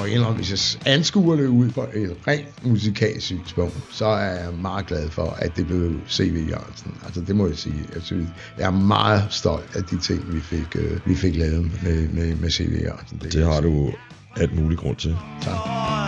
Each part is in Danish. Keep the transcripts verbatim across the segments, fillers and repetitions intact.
må indrømme, hvis jeg anskuer det ud på et rent musikalsk synspunkt, så er jeg meget glad for, at det blev C V. Jørgensen. Altså det må jeg sige. Jeg, synes, jeg er meget stolt af de ting, vi fik, øh, vi fik lavet med, med, med C V. Jørgensen. Det, det har du alt mulig grund til. Tak.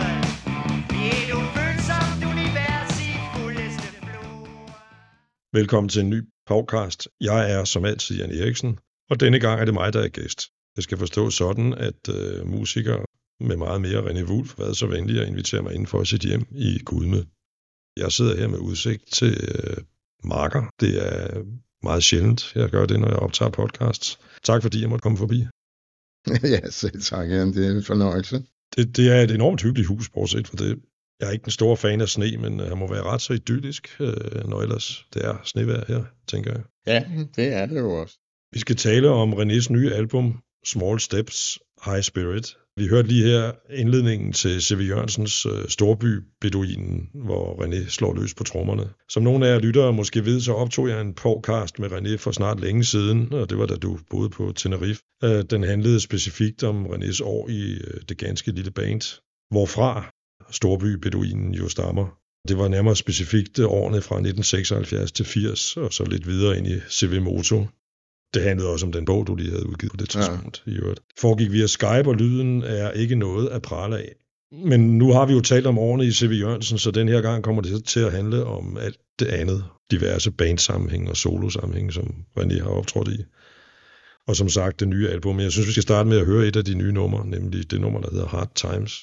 Velkommen til en ny podcast. Jeg er som altid Jan Eriksen, og denne gang er det mig, der er gæst. Det skal forstås sådan, at øh, musikere med meget mere René Wulff har været så venlige at invitere mig indenfor sit hjem i Gudme. Jeg sidder her med udsigt til øh, marker. Det er meget sjældent, jeg gør det, når jeg optager podcasts. Tak fordi jeg måtte komme forbi. Ja, selv tak, Jan. Det er en fornøjelse. Det, det er et enormt hyggeligt hus, bortset for det. Jeg er ikke den store fan af sne, men han må være ret så idyllisk, øh, når ellers det er snevejr her, tænker jeg. Ja, det er det jo også. Vi skal tale om Renés nye album, Small Steps, High Spirit. Vi hørte lige her indledningen til C V. Jørgensens uh, Storby Beduinen, hvor René slår løs på trommerne. Som nogle af jer lyttere måske ved, så optog jeg en podcast med René for snart længe siden, og det var da du boede på Tenerife. Uh, den handlede specifikt om Renés år i uh, det ganske lille band, hvorfra Storby Beduinen jo stammer. Det var nærmere specifikt årene fra nitten seksoghalvfjerds til firs, og så lidt videre ind i C V Moto. Det handlede også om den bog, du lige havde udgivet på det tidspunkt. Ja. I øvrigt. Foregik via Skype, og lyden er ikke noget at prale af. Men nu har vi jo talt om årene i C V. Jørgensen, så den her gang kommer det til at handle om alt det andet. Diverse bandsammenhæng og solosammenhæng, som René har optrådt i. Og som sagt, det nye album. Jeg synes, vi skal starte med at høre et af de nye numre, nemlig det nummer, der hedder Hard Times.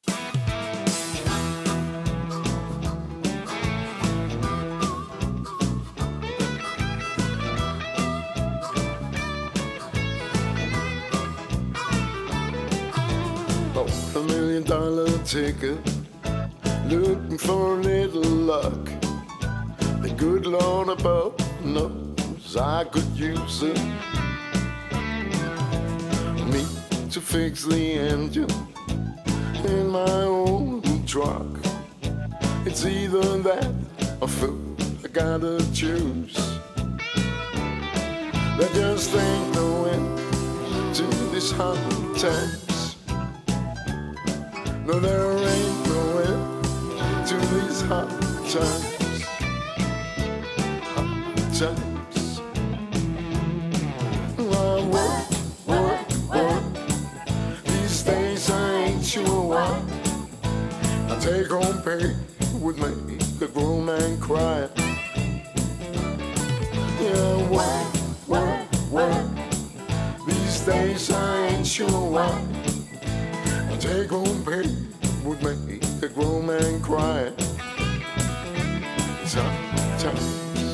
Ticket, looking for a little luck. The good Lord above knows I could use it. Me to fix the engine in my own truck. It's either that or food, I gotta choose. There just ain't no end to this hard time. No, there ain't no end to these hard times. Hard times. I work, work, work. These days I ain't sure why. I take home pay would make a grown man cry. Yeah, work, work, work. These days I ain't sure why. Take home pay would make a grown man cry. Sometimes,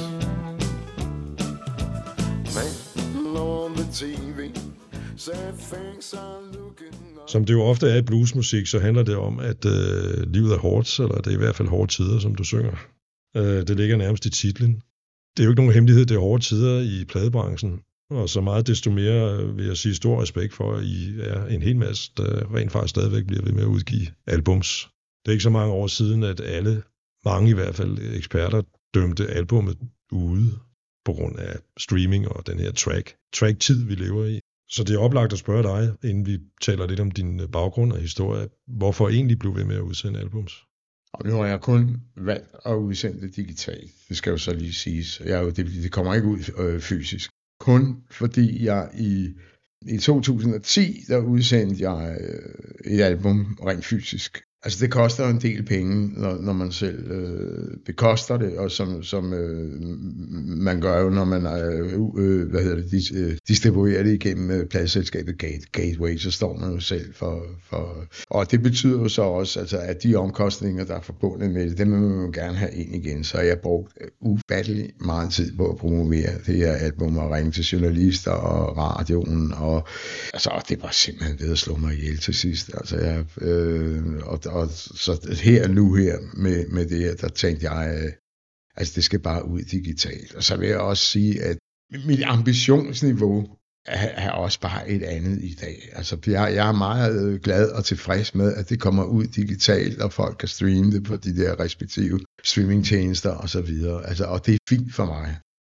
man on the T V said things are looking up. Som det jo ofte er i bluesmusik, så handler det om, at øh, livet er hårdt, eller det er i hvert fald hårde tider, som du synger. Øh, det ligger nærmest i titlen. Det er jo ikke nogen hemmelighed, det er hårde tider i pladebranchen. Og så meget desto mere vil jeg sige stor respekt for, at I er en hel masse, der rent faktisk stadigvæk bliver ved med at udgive albums. Det er ikke så mange år siden, at alle, mange i hvert fald eksperter, dømte albumet ude på grund af streaming og den her track, track-tid, vi lever i. Så det er oplagt at spørge dig, inden vi taler lidt om din baggrund og historie, hvorfor egentlig blev ved med at udsende albums? Og nu har jeg kun valgt at udsende det digitalt. Det skal jo så lige siges. Jeg er jo, det, det kommer ikke ud øh, fysisk. Kun fordi jeg i, i to tusind og ti, der udsendte jeg øh, et album rent fysisk. Altså det koster en del penge, når, når man selv øh, bekoster det, og som, som øh, man gør jo, når man øh, øh, hvad hedder det, dis, øh, distribuerer det igennem øh, pladeselskabet Gate, Gateway, så står man jo selv for, for... Og det betyder jo så også, altså, at de omkostninger, der er forbundet med det, dem vil man jo gerne have ind igen. Så jeg brugt ufattelig meget tid på at promovere det her album, og ringe til journalister og radioen, og altså, det var simpelthen ved at slå mig ihjel til sidst. Altså, jeg... Øh, og Og så her nu her med, med det her, der tænkte jeg, altså det skal bare ud digitalt. Og så vil jeg også sige, at mit ambitionsniveau er, er også bare et andet i dag. Altså jeg, jeg er meget glad og tilfreds med, at det kommer ud digitalt, og folk kan streame det på de der respektive streamingtjenester og så videre. Altså, og det er fint for mig.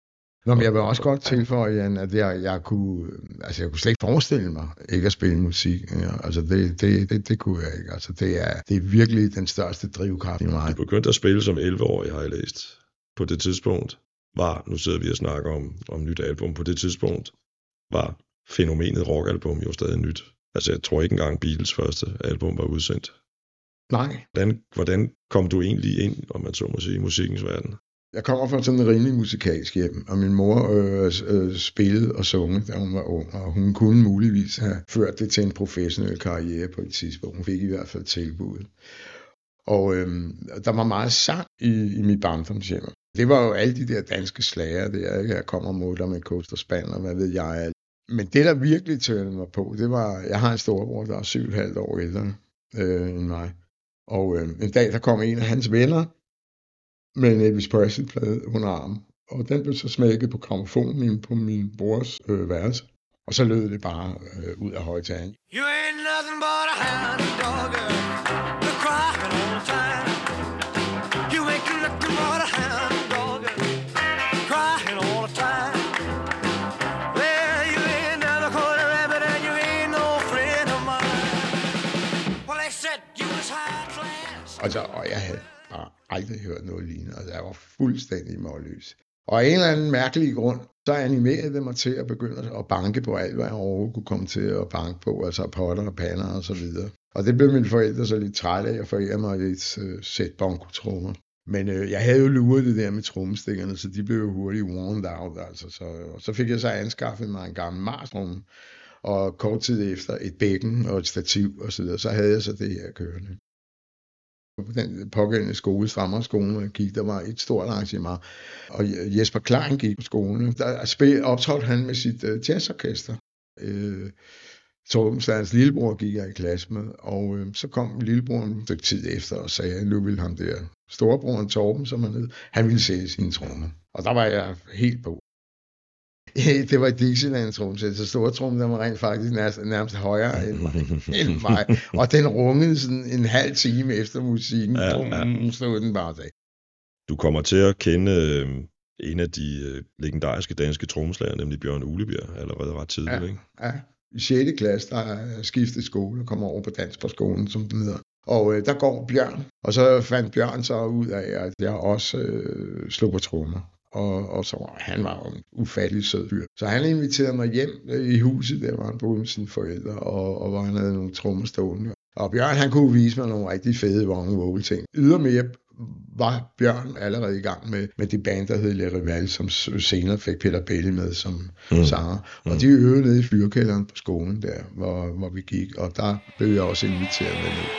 Nå, men jeg vil også godt tilføje, Jan, at jeg, jeg, kunne, altså jeg kunne slet ikke forestille mig ikke at spille musik. Ja, altså det, det, det, det kunne jeg ikke. Altså det er, det er virkelig den største drivkraft i mig. Du begyndte at spille som elleve-årig, har jeg læst. På det tidspunkt var, nu sidder vi og snakker om, om nyt album, på det tidspunkt var fænomenet rockalbum jo stadig nyt. Altså jeg tror ikke engang Beatles første album var udsendt. Nej. Hvordan, hvordan kom du egentlig ind, om man så må sige, i musikkens verden? Jeg kommer fra sådan en rimelig musikalsk hjem, og min mor øh, øh, spillede og sunget, da hun var ung, og hun kunne muligvis have ført det til en professionel karriere på et tidspunkt. Hun fik i hvert fald tilbuddet. Og øh, der var meget sang i, i mit barndomshjem. Det var jo alle de der danske slager der, ikke? Jeg kommer mod der med Coaster Span, og hvad ved jeg. Men det, der virkelig tørnede mig på, det var, jeg har en storebror, der er syv og et halvt år ældre øh, end mig. Og øh, en dag, der kom en af hans venner, med en Elvis Presley-plade under armen. Og den blev så smækket på grammofonen på min brors øh, værelse. Og så lød det bare øh, ud af højtalen. You ain't nothing but a hound dog, you're crying all the time. You ain't nothing but a hound dog, crying all the time. Well, you ain't never caught a rabbit and you ain't no friend of mine. Well, they said you was high class. Altså, og jeg havde bare aldrig hørt noget lignende, og jeg var fuldstændig målløs. Og af en eller anden mærkelig grund, så animerede det mig til at begynde at banke på alt, hvad jeg overhovedet kunne komme til at banke på, altså potter og pander og så videre. Og det blev mine forældre så lidt trætte af at forære mig et uh, sæt bongotrommer. Men øh, jeg havde jo luret det der med trommestikkerne, så de blev jo hurtigt worn out, altså. Så, og så fik jeg så anskaffet mig en gammel Mars-tromme, og kort tid efter et bækken og et stativ og så videre, så havde jeg så det her kørende. På den pågældende skole, Strammerskolen, hvor jeg gik, der var et stort arrangement, og Jesper Klein gik på skolen. Der spil, optrådte han med sit uh, jazzorkester. Uh, Torben Stans lillebror gik jeg i klasse med, og uh, så kom lillebroren et stykke tid efter og sagde, at nu ville ham der storebroren Torben, som han hed, han ville sælge sine trommer. Og der var jeg helt på. Det var et Dixieland-trommesæt, så store tromme, der var rent faktisk nærmest, nærmest højere end mig, end mig. Og den rungede sådan en halv time efter musikken. Ja, ja. Stod den bare dag. Du kommer til at kende øh, en af de øh, legendariske danske trommeslager, nemlig Bjørn Ulebjerg, allerede ret tidligt, ja, ikke? Ja, i sjette klasse, der er skiftet skole og kommer over på dans på skolen, som den hedder. Og øh, der går Bjørn, og så fandt Bjørn så ud af, at jeg også øh, slog på trommer. Og, og så han var jo en ufattelig sød fyr. Så han inviterede mig hjem i huset, der var han boede med sine forældre, og, og hvor han havde nogle trommer stående. Og Bjørn, han kunne vise mig nogle rigtig fede Vogn ting. Ydermere var Bjørn allerede i gang med, med det band, der hed Le Rival, som senere fik Peter Belli med som mm. sanger. Og de øvede nede i fyrkælderen på skolen der, hvor, hvor vi gik, og der blev jeg også inviteret med ned.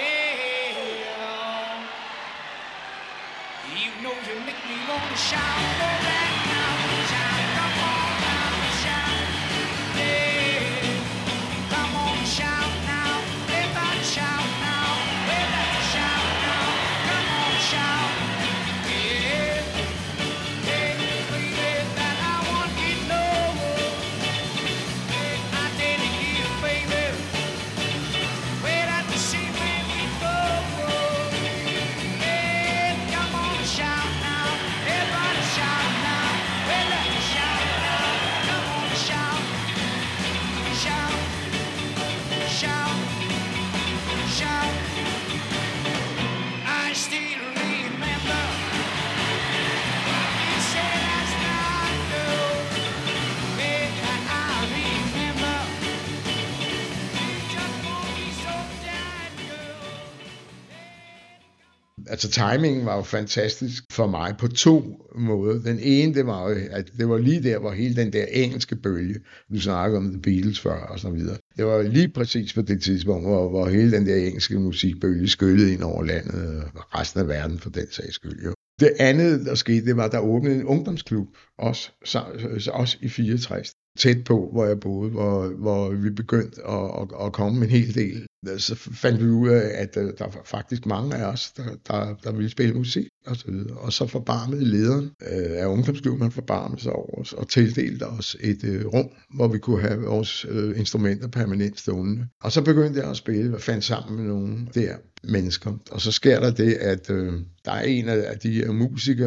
Altså timingen var jo fantastisk for mig på to måder. Den ene, det var jo, at det var lige der, hvor hele den der engelske bølge, du snakker om The Beatles før og så videre. Det var lige præcis på det tidspunkt, hvor, hvor hele den der engelske musikbølge skyllede ind over landet og resten af verden for den sags skyld. Jo. Det andet, der skete, det var, der åbnede en ungdomsklub, også, så, også i fireogtres, tæt på, hvor jeg boede, hvor, hvor vi begyndte at, at, at komme en hel del. Så fandt vi ud af, at der var faktisk mange af os, der, der, der ville spille musik og så videre. Og så forbarmede lederen øh, af ungdomsklubben, han forbarmede sig over os og tildelte os et øh, rum, hvor vi kunne have vores øh, instrumenter permanent stående. Og så begyndte jeg at spille og fandt sammen med nogle der mennesker. Og så sker der det, at øh, der er en af de her musikere,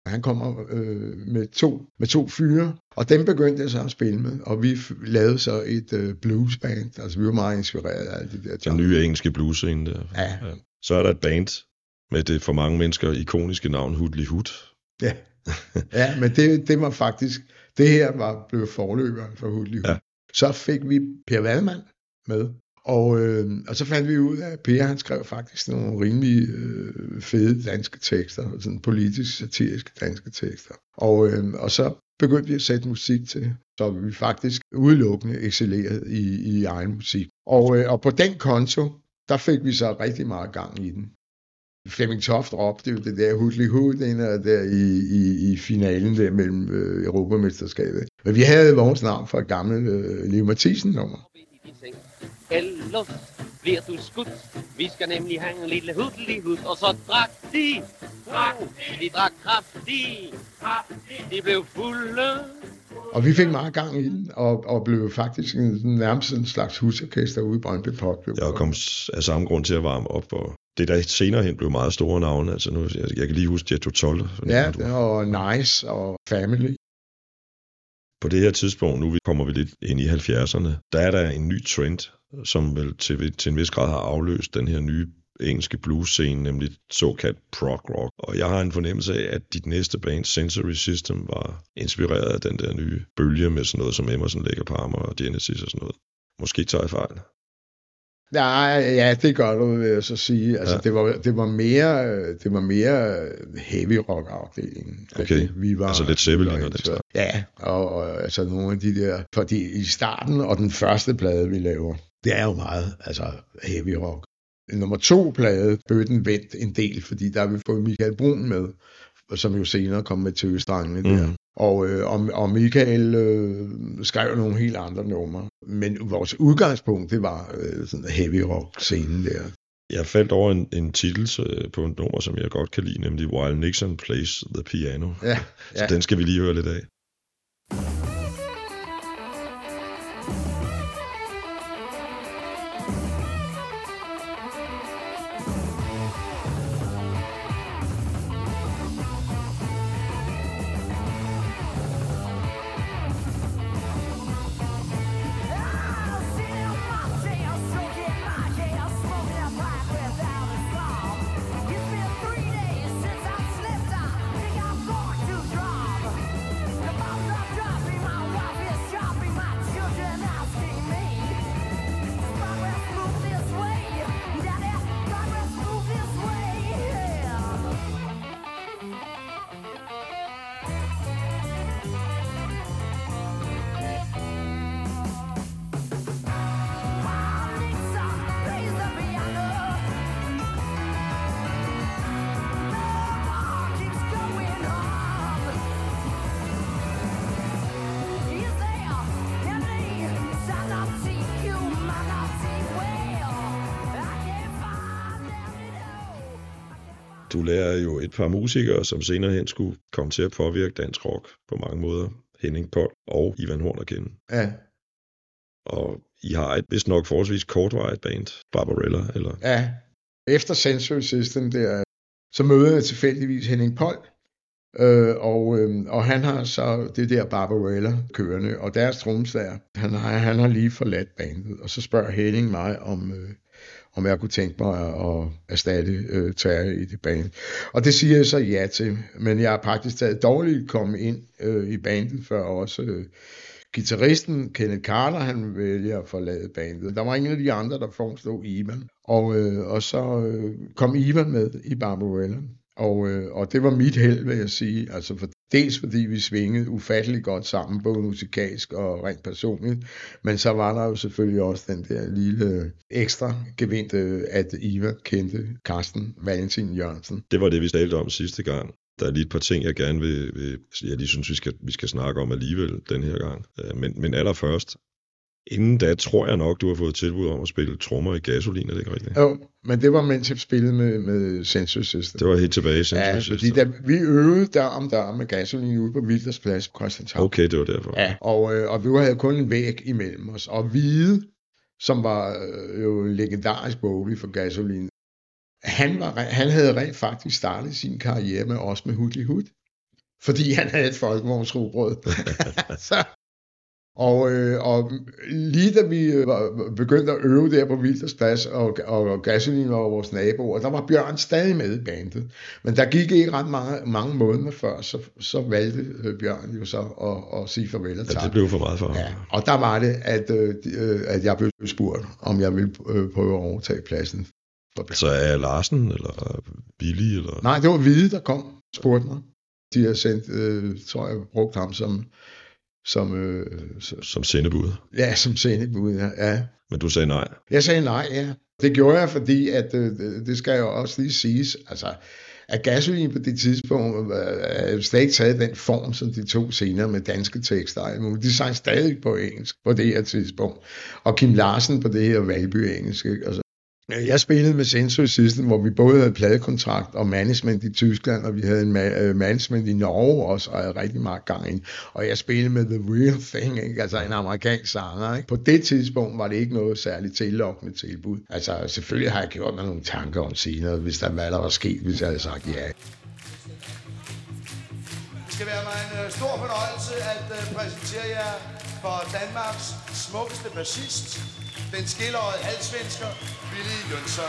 Han kommer øh, med, to, med to fyre, og dem begyndte jeg så at spille med, og vi f- lavede så et øh, bluesband. Altså vi var meget inspireret af alt det der. Den nye engelske blues-scene der. Ja. Ja. Så er der et band med det for mange mennesker ikoniske navn Hutley Hood. Ja, ja, men det, det var faktisk, det her var blevet forløberen for Hutley Hood. Ja. Så fik vi Per Waldmann med, og, øh, og så fandt vi ud af, at Per han skrev faktisk nogle rimelig øh, fede danske tekster, sådan politisk satiriske danske tekster. Og, øh, og så begyndte vi at sætte musik til, så vi faktisk udelukkende excellerede i, i egen musik. Og, øh, og på den konto, der fik vi så rigtig meget gang i den. Flemming Toft råbte jo det der Hutley Hood, der i, i, i finalen der mellem øh, Europamesterskabet. Men vi havde vores navn fra et gammelt øh, Leo Mathisen-nummer. Ellers bliver du skudt. Vi skal nemlig have en lille Hutley Hood. Og så drak de. Drak de. De drak kraftigt. De blev fulde. Og vi fik meget gang i den, og, og blev faktisk en, nærmest en slags husorkester ude i Brøndby Pop. Jeg kom af samme grund til at varme op, og det der senere hen blev meget store navne. Altså nu, jeg, jeg kan lige huske Jetro tolv. Ja, og Nice og Family. På det her tidspunkt, nu kommer vi lidt ind i halvfjerdserne, der er der en ny trend, som vel til, til en vis grad har afløst den her nye engelske blues-scene, nemlig såkaldt prog rock. Og jeg har en fornemmelse af, at dit næste band, Sensory System, var inspireret af den der nye bølge med sådan noget som Emerson, Lake og Palmer og Genesis og sådan noget. Måske tager jeg fejl. Nej, ja, det gør du, vil jeg så sige. Altså, ja. det, var, det var mere, det var mere heavy rock afdelingen. Okay, altså, vi var, altså lidt Zeppelin og den slags. Ja, og, og altså nogle af de der, fordi i starten og den første plade, vi laver, det er jo meget, altså heavy rock. Nummer to plade, Bøtten vendt en del, fordi der har vi fået Michael Brun med, som jo senere kom med Tøgestrengene mm. der. Og, øh, og, og Michael øh, skrev nogle helt andre numre. Men vores udgangspunkt, det var øh, sådan en heavy rock-scenen der. Jeg faldt over en, en titel på et nummer, som jeg godt kan lide, nemlig While Nixon Plays the Piano. Ja, ja. Så den skal vi lige høre lidt af. Du lærer jo et par musikere, som senere hen skulle komme til at påvirke dansk rock på mange måder. Henning Pold og Ivan Horn at kende. Ja. Og I har et vist nok forholdsvis kortvarigt band, Barbarella, eller? Ja. Efter Sensory System der, så møder jeg tilfældigvis Henning Pold, øh, og, øh, og han har så det der Barbarella kørende, og deres trommeslager, han har, han har lige forladt bandet, og så spørger Henning mig om... Øh, om jeg kunne tænke mig at erstatte øh, Terje i det band. Og det siger jeg så ja til, men jeg har faktisk taget dårligt kommet ind øh, i bandet, før også øh, guitaristen Kenneth Carter, han vælger at forlade bandet. Der var ingen af de andre, der foreslog Ivan, og, øh, og så øh, kom Ivan med i Barbarella. Og, øh, og det var mit held, vil jeg sige, altså for, dels fordi vi svingede ufatteligt godt sammen, både musikalsk og rent personligt, men så var der jo selvfølgelig også den der lille ekstra gevind, at Iva kendte Carsten Valentin Jørgensen. Det var det, vi talte om sidste gang. Der er lige et par ting, jeg gerne vil, vil jeg lige synes, vi skal, vi skal snakke om alligevel den her gang. Men, men allerførst, inden da tror jeg nok, du har fået tilbud om at spille trommer i Gasolin, er det ikke rigtigt? Jo, men det var mens jeg spillede med, med Sensory System. Det var helt tilbage i Sensory ja, System. Fordi da, vi øvede der om der med Gasolin ude på Wilders Plads på Christianshavn. Okay, det var derfor. Ja, og, øh, og vi havde kun en væg imellem os. Og Hvide, som var øh, jo legendarisk boglig for Gasolin, han, var, han havde rent faktisk startet sin karriere med os med Hutley Hood. fordi han havde et folkevognsrugbrød. Så, og, øh, og lige da vi øh, begyndte at øve der på Wilders Plads, og, og, og Gasolin var vores naboer, der var Bjørn stadig med i bandet. Men der gik ikke ret mange, mange måneder før, så, så valgte øh, Bjørn jo så at, at sige farvel og tak. Ja, det blev for meget for ham. Ja, og der var det, at, øh, at jeg blev spurgt, om jeg ville øh, prøve at overtage pladsen. Så er Larsen, eller Billy, eller? Nej, det var Hvide, der kom og spurgte mig. De har sendt, øh, tror jeg, brugt ham som... Som, øh, som sendebud? Ja, som sendebud, ja. ja. Men du sagde nej? Jeg sagde nej, ja. Det gjorde jeg, fordi, at øh, det skal jo også lige siges, altså, at Gasolin på det tidspunkt øh, slet ikke taget den form, som de tog senere med danske tekster. De sang stadig på engelsk på det her tidspunkt. Og Kim Larsen på det her Valby-engelsk, ikke? Altså, jeg spillede med Sensory System, hvor vi både havde pladekontrakt og management i Tyskland, og vi havde en ma- management i Norge også, og havde rigtig meget gang ind. Og jeg spillede med The Real Thing, ikke? Altså en amerikansk sanger. Ikke? På det tidspunkt var det ikke noget særligt tillokkende tilbud. Altså selvfølgelig har jeg gjort mig nogle tanker om senere, hvis der var, der var sket, hvis jeg havde sagt ja. Det skal være mig en stor fornøjelse at uh, præsentere jer for Danmarks smukkeste bassist, den skilløjede halvsvensker, Billy Jønsson.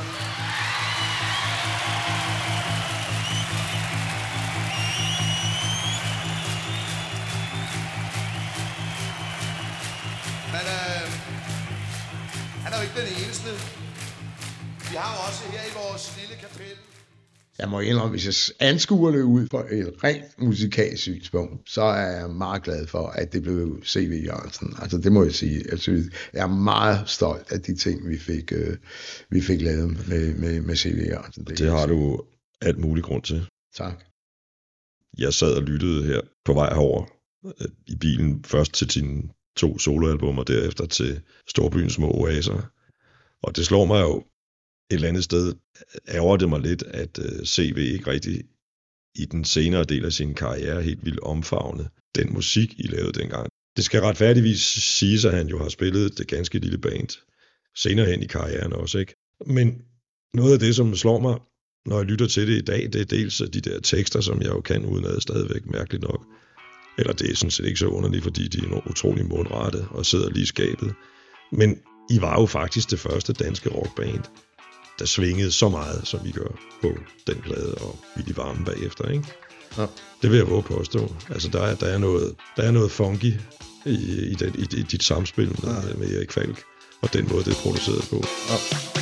Men øh, han er jo ikke den eneste. Vi har jo også her i vores lille kapel. Jeg må indrømme, hvis jeg anskuer det ud fra et rent musikalsk synspunkt, så er jeg meget glad for, at det blev C V Jørgensen. Altså det må jeg sige. Jeg synes, jeg er meget stolt af de ting, vi fik, øh, vi fik lavet med, med, med C V Jørgensen. Det, det har du alt mulig grund til. Tak. Jeg sad og lyttede her på vej herover i bilen, først til sine to soloalbum, og derefter til Storbyens Små Oaser. Og det slår mig jo, et eller andet sted ærger det mig lidt, at uh, C V ikke rigtig i den senere del af sin karriere helt vildt omfavne den musik, I lavede dengang. Det skal retfærdigvis siges, at han jo har spillet det ganske lille band senere hen i karrieren også, ikke? Men noget af det, som slår mig, når jeg lytter til det i dag, det er dels de der tekster, som jeg jo kan udenad stadigvæk, mærkeligt nok. Eller det er sådan set ikke så underligt, fordi de er utrolig mundrette og sidder lige i skabet. Men I var jo faktisk det første danske rockband, der svingede så meget, som vi gør på den plade, og Willy Varme bagefter, ikke? Ja. Det vil jeg våge påstå. Altså, der er, der er, noget, der er noget funky i, i, den, i, i dit samspil med, ja. med Erik Falk, og den måde, det er produceret på. Ja.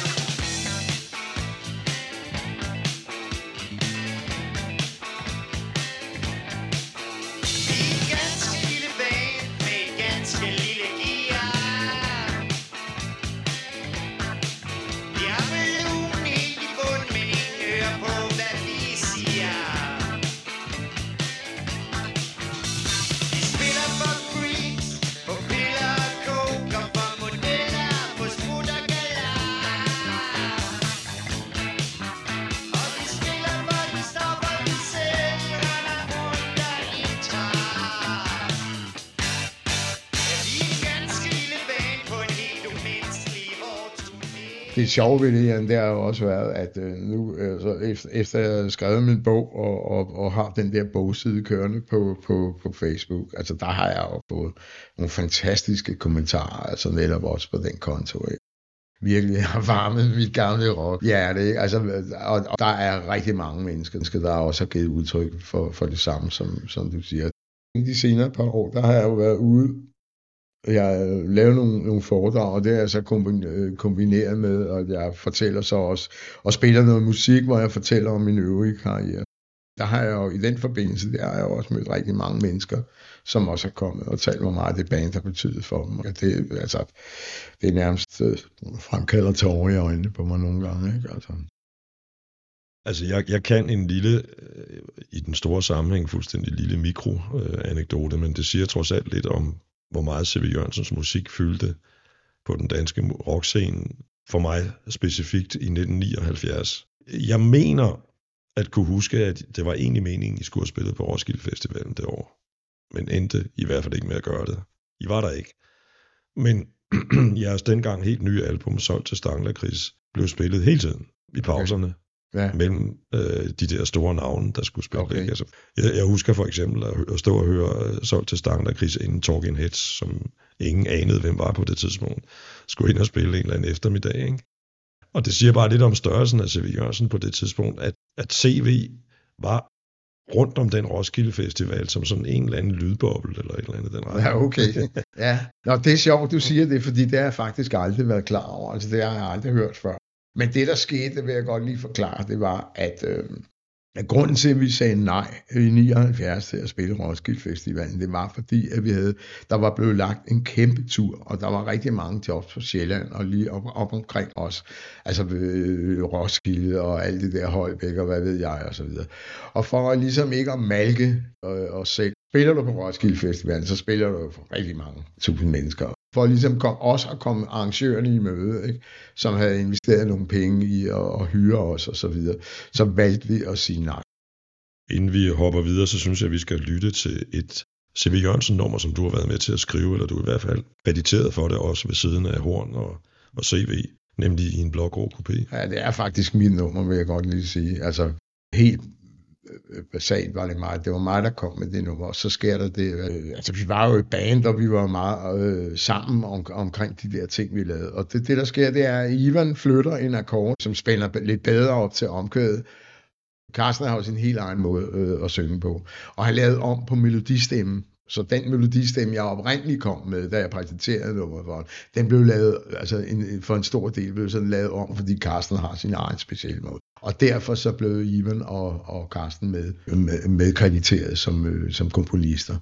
Det sjove ved det, Jan, det har jo også været, at øh, nu, altså, efter, efter jeg har skrevet min bog, og, og, og har den der bogside kørende på, på, på Facebook, altså der har jeg jo fået nogle fantastiske kommentarer, altså netop også på den konto, ikke? Virkelig har varmet mit gamle rockhjerte, ikke? Altså, og, og der er rigtig mange mennesker, der også har givet udtryk for, for det samme, som, som du siger. I de senere par år, der har jeg jo været ude. Jeg lavede nogle, nogle foredrag, og det er så kombineret med, at jeg fortæller så også, og spiller noget musik, hvor jeg fortæller om min øvrige karriere. Der har jeg jo, i den forbindelse, der har jeg også mødt rigtig mange mennesker, som også er kommet og talt, hvor meget det band har betydet for dem. Og det, altså, det er nærmest uh, fremkalder tårer i øjnene på mig nogle gange, ikke? Altså. Altså, jeg, jeg kan en lille, øh, i den store sammenhæng, fuldstændig lille mikro-anekdote, øh, men det siger trods alt lidt om, hvor meget C V Jørgensens musik fyldte på den danske rockscene, for mig specifikt i nitten nioghalvfjerds. Jeg mener at kunne huske, at det var egentlig meningen, I skulle have spillet på Roskilde Festivalen det år, men endte i hvert fald ikke med at gøre det. I var der ikke. Men jeres dengang helt nye album, Solgt til Stangler Chris, blev spillet hele tiden i pauserne. ja. mellem øh, de der store navne, der skulle spille. Okay. Altså, jeg, jeg husker for eksempel at, at stå og høre uh, Solgt til Stangen og Chris inden Talking Heads, som ingen anede, hvem var på det tidspunkt, skulle ind og spille en eller anden eftermiddag. Ikke? Og det siger bare lidt om størrelsen af C V Jørgensen på det tidspunkt, at, at C V var rundt om den Roskilde Festival som sådan en eller anden lydboble eller et eller andet den Ja, okay. Ja. Nå, det er sjovt, du siger det, fordi det har jeg faktisk aldrig været klar over. Altså, det har jeg aldrig hørt før. Men det, der skete, det vil jeg godt lige forklare, det var, at, øh, at grunden til, at vi sagde nej i nioghalvfjerds til at spille Roskilde Festivalen, det var fordi, at vi havde, der var blevet lagt en kæmpe tur, og der var rigtig mange jobs på Sjælland og lige op, op omkring os. Altså øh, Roskilde og alt det der Holbæk og hvad ved jeg og så videre. Og for ligesom ikke at malke øh, os selv, spiller du på Roskilde Festivalen, så spiller du for rigtig mange tusind mennesker. For ligesom kom, også at komme arrangørerne i møde, ikke? Som havde investeret nogle penge i at, at hyre os og så videre, så valgte vi at sige nej. Inden vi hopper videre, så synes jeg, at vi skal lytte til et C V Jørgensen-nummer, som du har været med til at skrive, eller du i hvert fald krediteret for det også ved siden af Horn og, og C V, nemlig i en blågrå kupé. Ja, det er faktisk mit nummer, vil jeg godt lige sige. Altså helt basalt var det mig. Det var mig, der kom med det nummer. Og så sker der det. Øh, altså, vi var jo et band, og vi var meget øh, sammen om, omkring de der ting, vi lavede. Og det, det, der sker, det er, at Ivan flytter en akkord, som spænder lidt bedre op til omkvædet. Carsten har jo sin helt egen måde øh, at synge på. Og han lavede om på melodistemmen. Så den melodistemme, jeg oprindeligt kom med, da jeg præsenterede nummeret for den, den blev lavet, altså en, for en stor del blev sådan lavet om, fordi Carsten har sin egen specielle måde. Og derfor så blev Ivan og, og Carsten med, med, med krediteret som, øh, som komponister.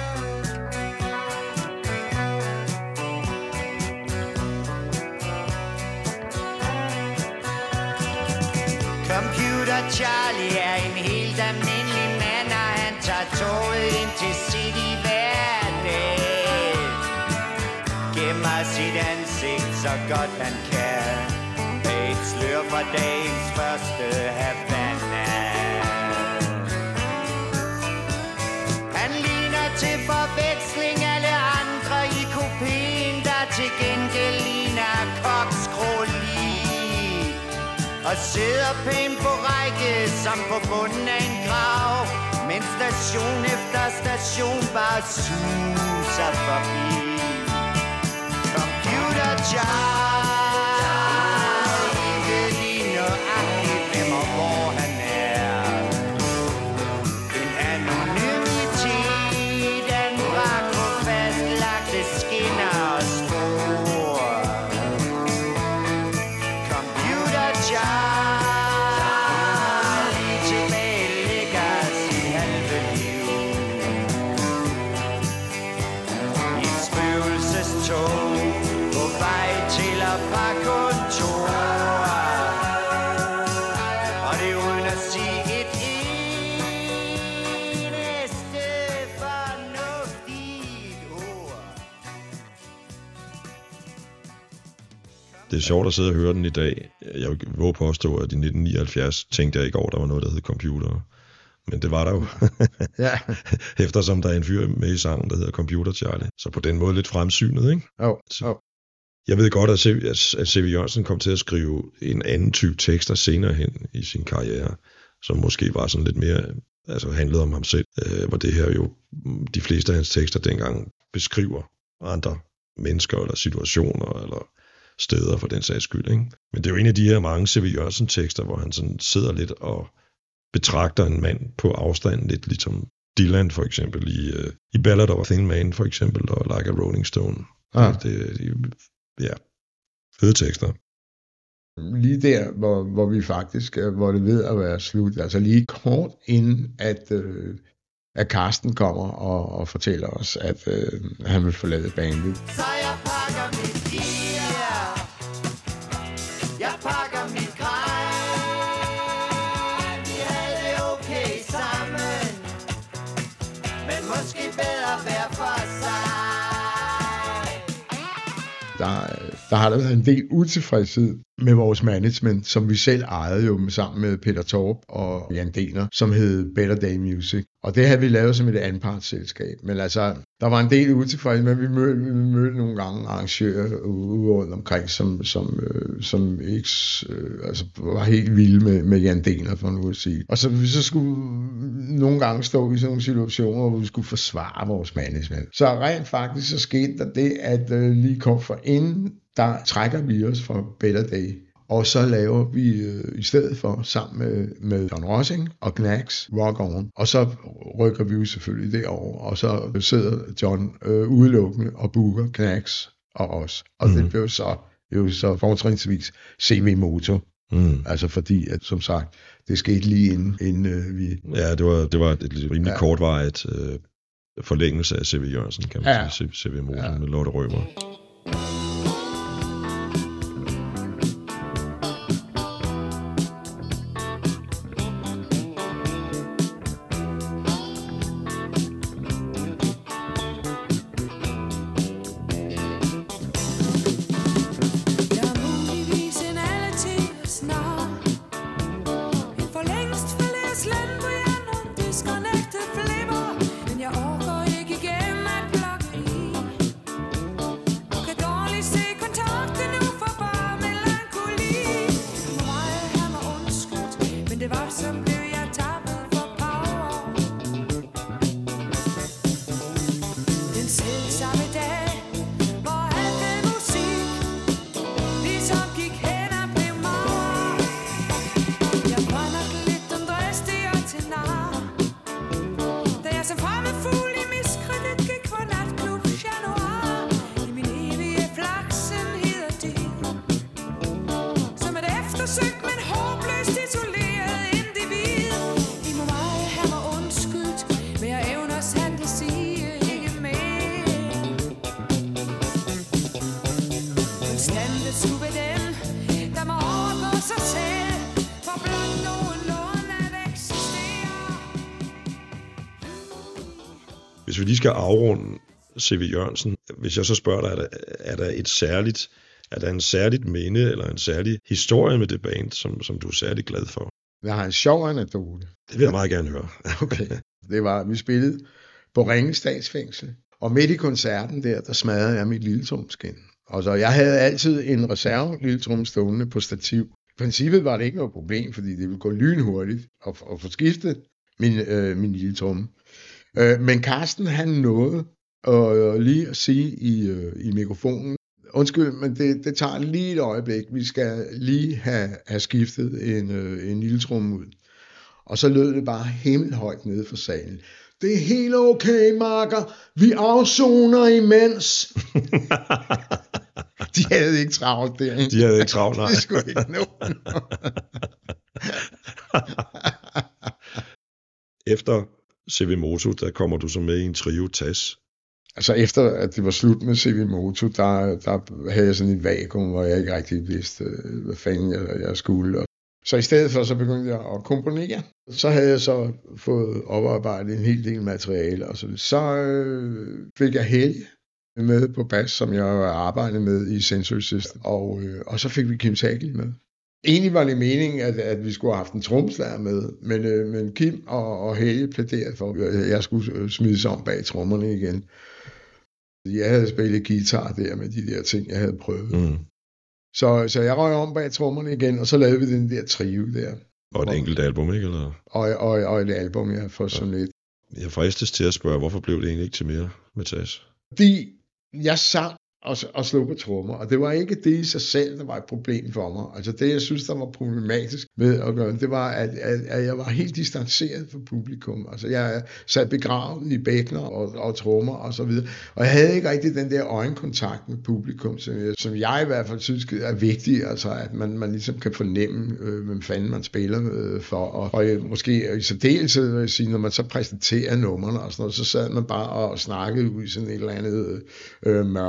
Computer Charlie er en helt almindelig mand, og han tager toget ind til City hver dag. Gemmer sit ansigt så godt han kan, med et slør fra dagens første Havana. Han ligner til forveksling alle andre i kupéen, der til gengæld ligner kokskrålig, og sidder pænt på række som på bunden af en grav, men station efter station bare suser forbi. Computer Charlie ved lige nøjagtigt hvem og hvor han er. En anonymitet anbragt på fastlagte skinner og spor. Computer Charlie tilbagelægger sit halve liv i et spøgelsestog på vej til og fra kontor. Og det uden at sige et eneste fornuftigt ord. Det er sjovt at sidde og høre den i dag. Jeg vil våge påstå, at i nitten nioghalvfjerds tænkte jeg ikke over, der var noget, der hed computer. Men det var der jo. Ja. Eftersom der er en fyr med i sangen, der hedder Computer Charlie. Så på den måde lidt fremsynet, ikke? Oh, oh. Jeg ved godt, at C V Jørgensen kom til at skrive en anden type tekster senere hen i sin karriere, som måske var sådan lidt mere, altså handlede om ham selv, øh, hvor det her jo, de fleste af hans tekster dengang beskriver andre mennesker eller situationer eller steder for den sags skyld, ikke? Men det er jo en af de her mange C V Jørgensen tekster, hvor han sådan sidder lidt og betragter en mand på afstand, lidt ligesom Dylan for eksempel i, uh, i Ballad of a Thin Man for eksempel, og Like a Rolling Stone. Ah. Det, det, ja, fede tekster. Lige der, hvor, hvor vi faktisk, hvor det ved at være slut, altså lige kort inden, at, øh, at Carsten kommer og, og fortæller os, at øh, han vil forlade bandet. Så jeg pakker mit gear, jeg pakker mit grej. Vi havde det okay sammen, men måske bedre hver for sig. Der, der har der været en del utilfredshed med vores management, som vi selv ejede jo sammen med Peter Torp og Jan Dehner, som hed Better Day Music. Og det havde vi lavet som et anpartsselskab. Men altså, der var en del utilfredse, men vi mødte, vi mødte nogle gange arrangører ude rundt omkring, som, som, øh, som ikke øh, altså, var helt vilde med, med Jan Dehner, for nu at sige. Og så vi så skulle nogle gange stå i sådan nogle situationer, hvor vi skulle forsvare vores management. Så rent faktisk så skete der det, at øh, lige kort for inden, der trækker vi os fra Better Day. Og så laver vi øh, i stedet for sammen med, med John Rossing og Knacks Rock On. Og så rykker vi jo selvfølgelig derover. Og så sidder John øh, udelukkende og booker Knacks og os. Og mm. det blev så jo så fortrinsvis C V Moto. Mm. Altså fordi, at som sagt, det skete lige inden, inden øh, vi... Ja, det var, det var et rimelig ja. kortvarigt øh, forlængelse af C V Jørgensen, kan man ja. sige, C V Moto ja. med Lotte Rømer. Hvis vi lige skal afrunde C V Jørgensen, hvis jeg så spørger dig, er der, er der et særligt, er der en særligt minde eller en særlig historie med det band, som, som du er særlig glad for? Jeg har en sjov anekdote. Det vil jeg meget gerne høre. Okay. Det var, vi spillede på Ringe Statsfængsel, og midt i koncerten der, der smadrede jeg mit lille tromskin. Og så jeg havde altid en reserve lille trum stående på stativ. I princippet var det ikke noget problem, fordi det ville gå lynhurtigt at, at få skiftet min, øh, min lille tromme. Men Carsten, han nåede at lige at sige i, i mikrofonen, undskyld, men det, det tager lige et øjeblik, vi skal lige have, have skiftet en, en lille tromme ud. Og så lød det bare himmelhøjt nede fra salen. Det er helt okay, makker, vi afsoner imens. De havde ikke travlt derinde. De havde ikke travlt, nej. Det skulle ikke nå. Efter C V Moto, der kommer du så med i en trio T A S. Altså efter at det var slut med C V Moto, der, der havde jeg sådan et vakuum, hvor jeg ikke rigtig vidste, hvad fanden jeg, jeg skulle. Så i stedet for, så begyndte jeg at komponere. Så havde jeg så fået oparbejdet en hel del materiale, og så, så øh, fik jeg Helge med på bas, som jeg arbejdede med i Sensory System, og, øh, og så fik vi Kim Tagli med. Egentlig var det meningen, at, at vi skulle have haft en trommeslager med, men, øh, men Kim og, og Helge plæderede for, at jeg skulle smide sig om bag trommerne igen. Jeg havde spillet guitar der med de der ting, jeg havde prøvet. Mm. Så, så jeg røg om bag trommerne igen, og så lavede vi den der trio der. Og et enkelt album, ikke? Eller? Og, og, og et album, ja, for sådan lidt. Jeg fristes til at spørge, hvorfor blev det egentlig ikke til mere med T A S? Fordi jeg sang og, og slog på trommer, og det var ikke det i sig selv, der var et problem for mig. Altså det, jeg synes, der var problematisk med at gøre, det var, at, at, at jeg var helt distanceret fra publikum. Altså jeg sad begravet i bækkener og, og trommer og så videre, og jeg havde ikke rigtig den der øjenkontakt med publikum, som jeg, som jeg i hvert fald synes er vigtig, altså at man, man ligesom kan fornemme, øh, hvem fanden man spiller øh, for, og, og jeg, måske i særdeleshed, vil jeg sige, når man så præsenterer numrene og sådan noget, så sad man bare og snakkede ud i sådan et eller andet øh, mørke eller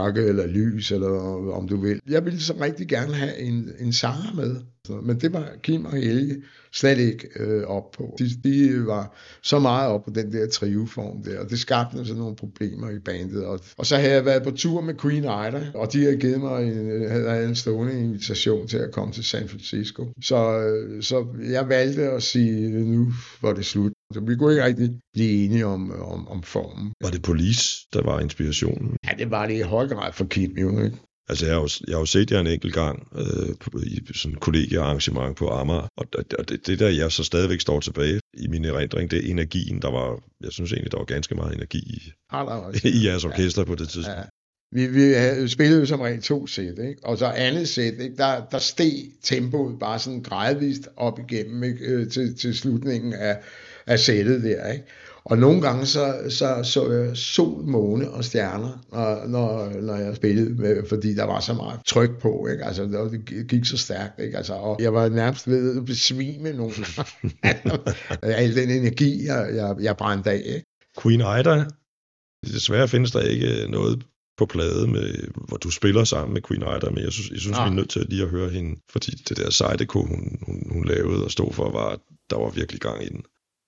lys, eller om du vil. Jeg ville så rigtig gerne have en, en sanger med, men det var Kim og Helge slet ikke øh, op på. De, de var så meget op på den der trioform der, og det skabte sådan nogle problemer i bandet. Og, og så havde jeg været på tur med Queen Ida, og de havde givet mig en, havde en stående invitation til at komme til San Francisco. Så, øh, så jeg valgte at sige, nu var det slut. Så vi kunne ikke rigtig blive enige om, om, om formen. Var det Police, der var inspirationen? Ja, det var det i høj grad for Kim, jo, ikke? Altså, jeg har jo, jeg har jo set jer en enkelt gang øh, på, i sådan et kollegiearrangement på Amager, og, og det, det der, jeg så stadigvæk står tilbage i min erindring, det er energien, der var, jeg synes egentlig, der var ganske meget energi i, i jeres orkester ja, på det tidspunkt. Ja. Vi, vi spillede jo som regel to sæt, ikke? Og så andet sæt, ikke? Der, der steg tempoet bare sådan gradvist op igennem, ikke? Til, til slutningen af, af sættet der, ikke? Og nogle gange så, så, så jeg sol, måne og stjerner, når, når, når jeg spillede, med, fordi der var så meget tryk på, ikke? Altså, det gik så stærkt, ikke? Altså, og jeg var nærmest ved at besvime nogle gange. Al den energi, jeg, jeg, jeg brændte af, ikke? Queen Ida, desværre findes der ikke noget på plade, med, hvor du spiller sammen med Queen Ida, men jeg synes, jeg synes ah. vi er nødt til lige at høre hende, fordi det der Zydeco, hun, hun, hun lavede og stod for, var, der var virkelig gang i den.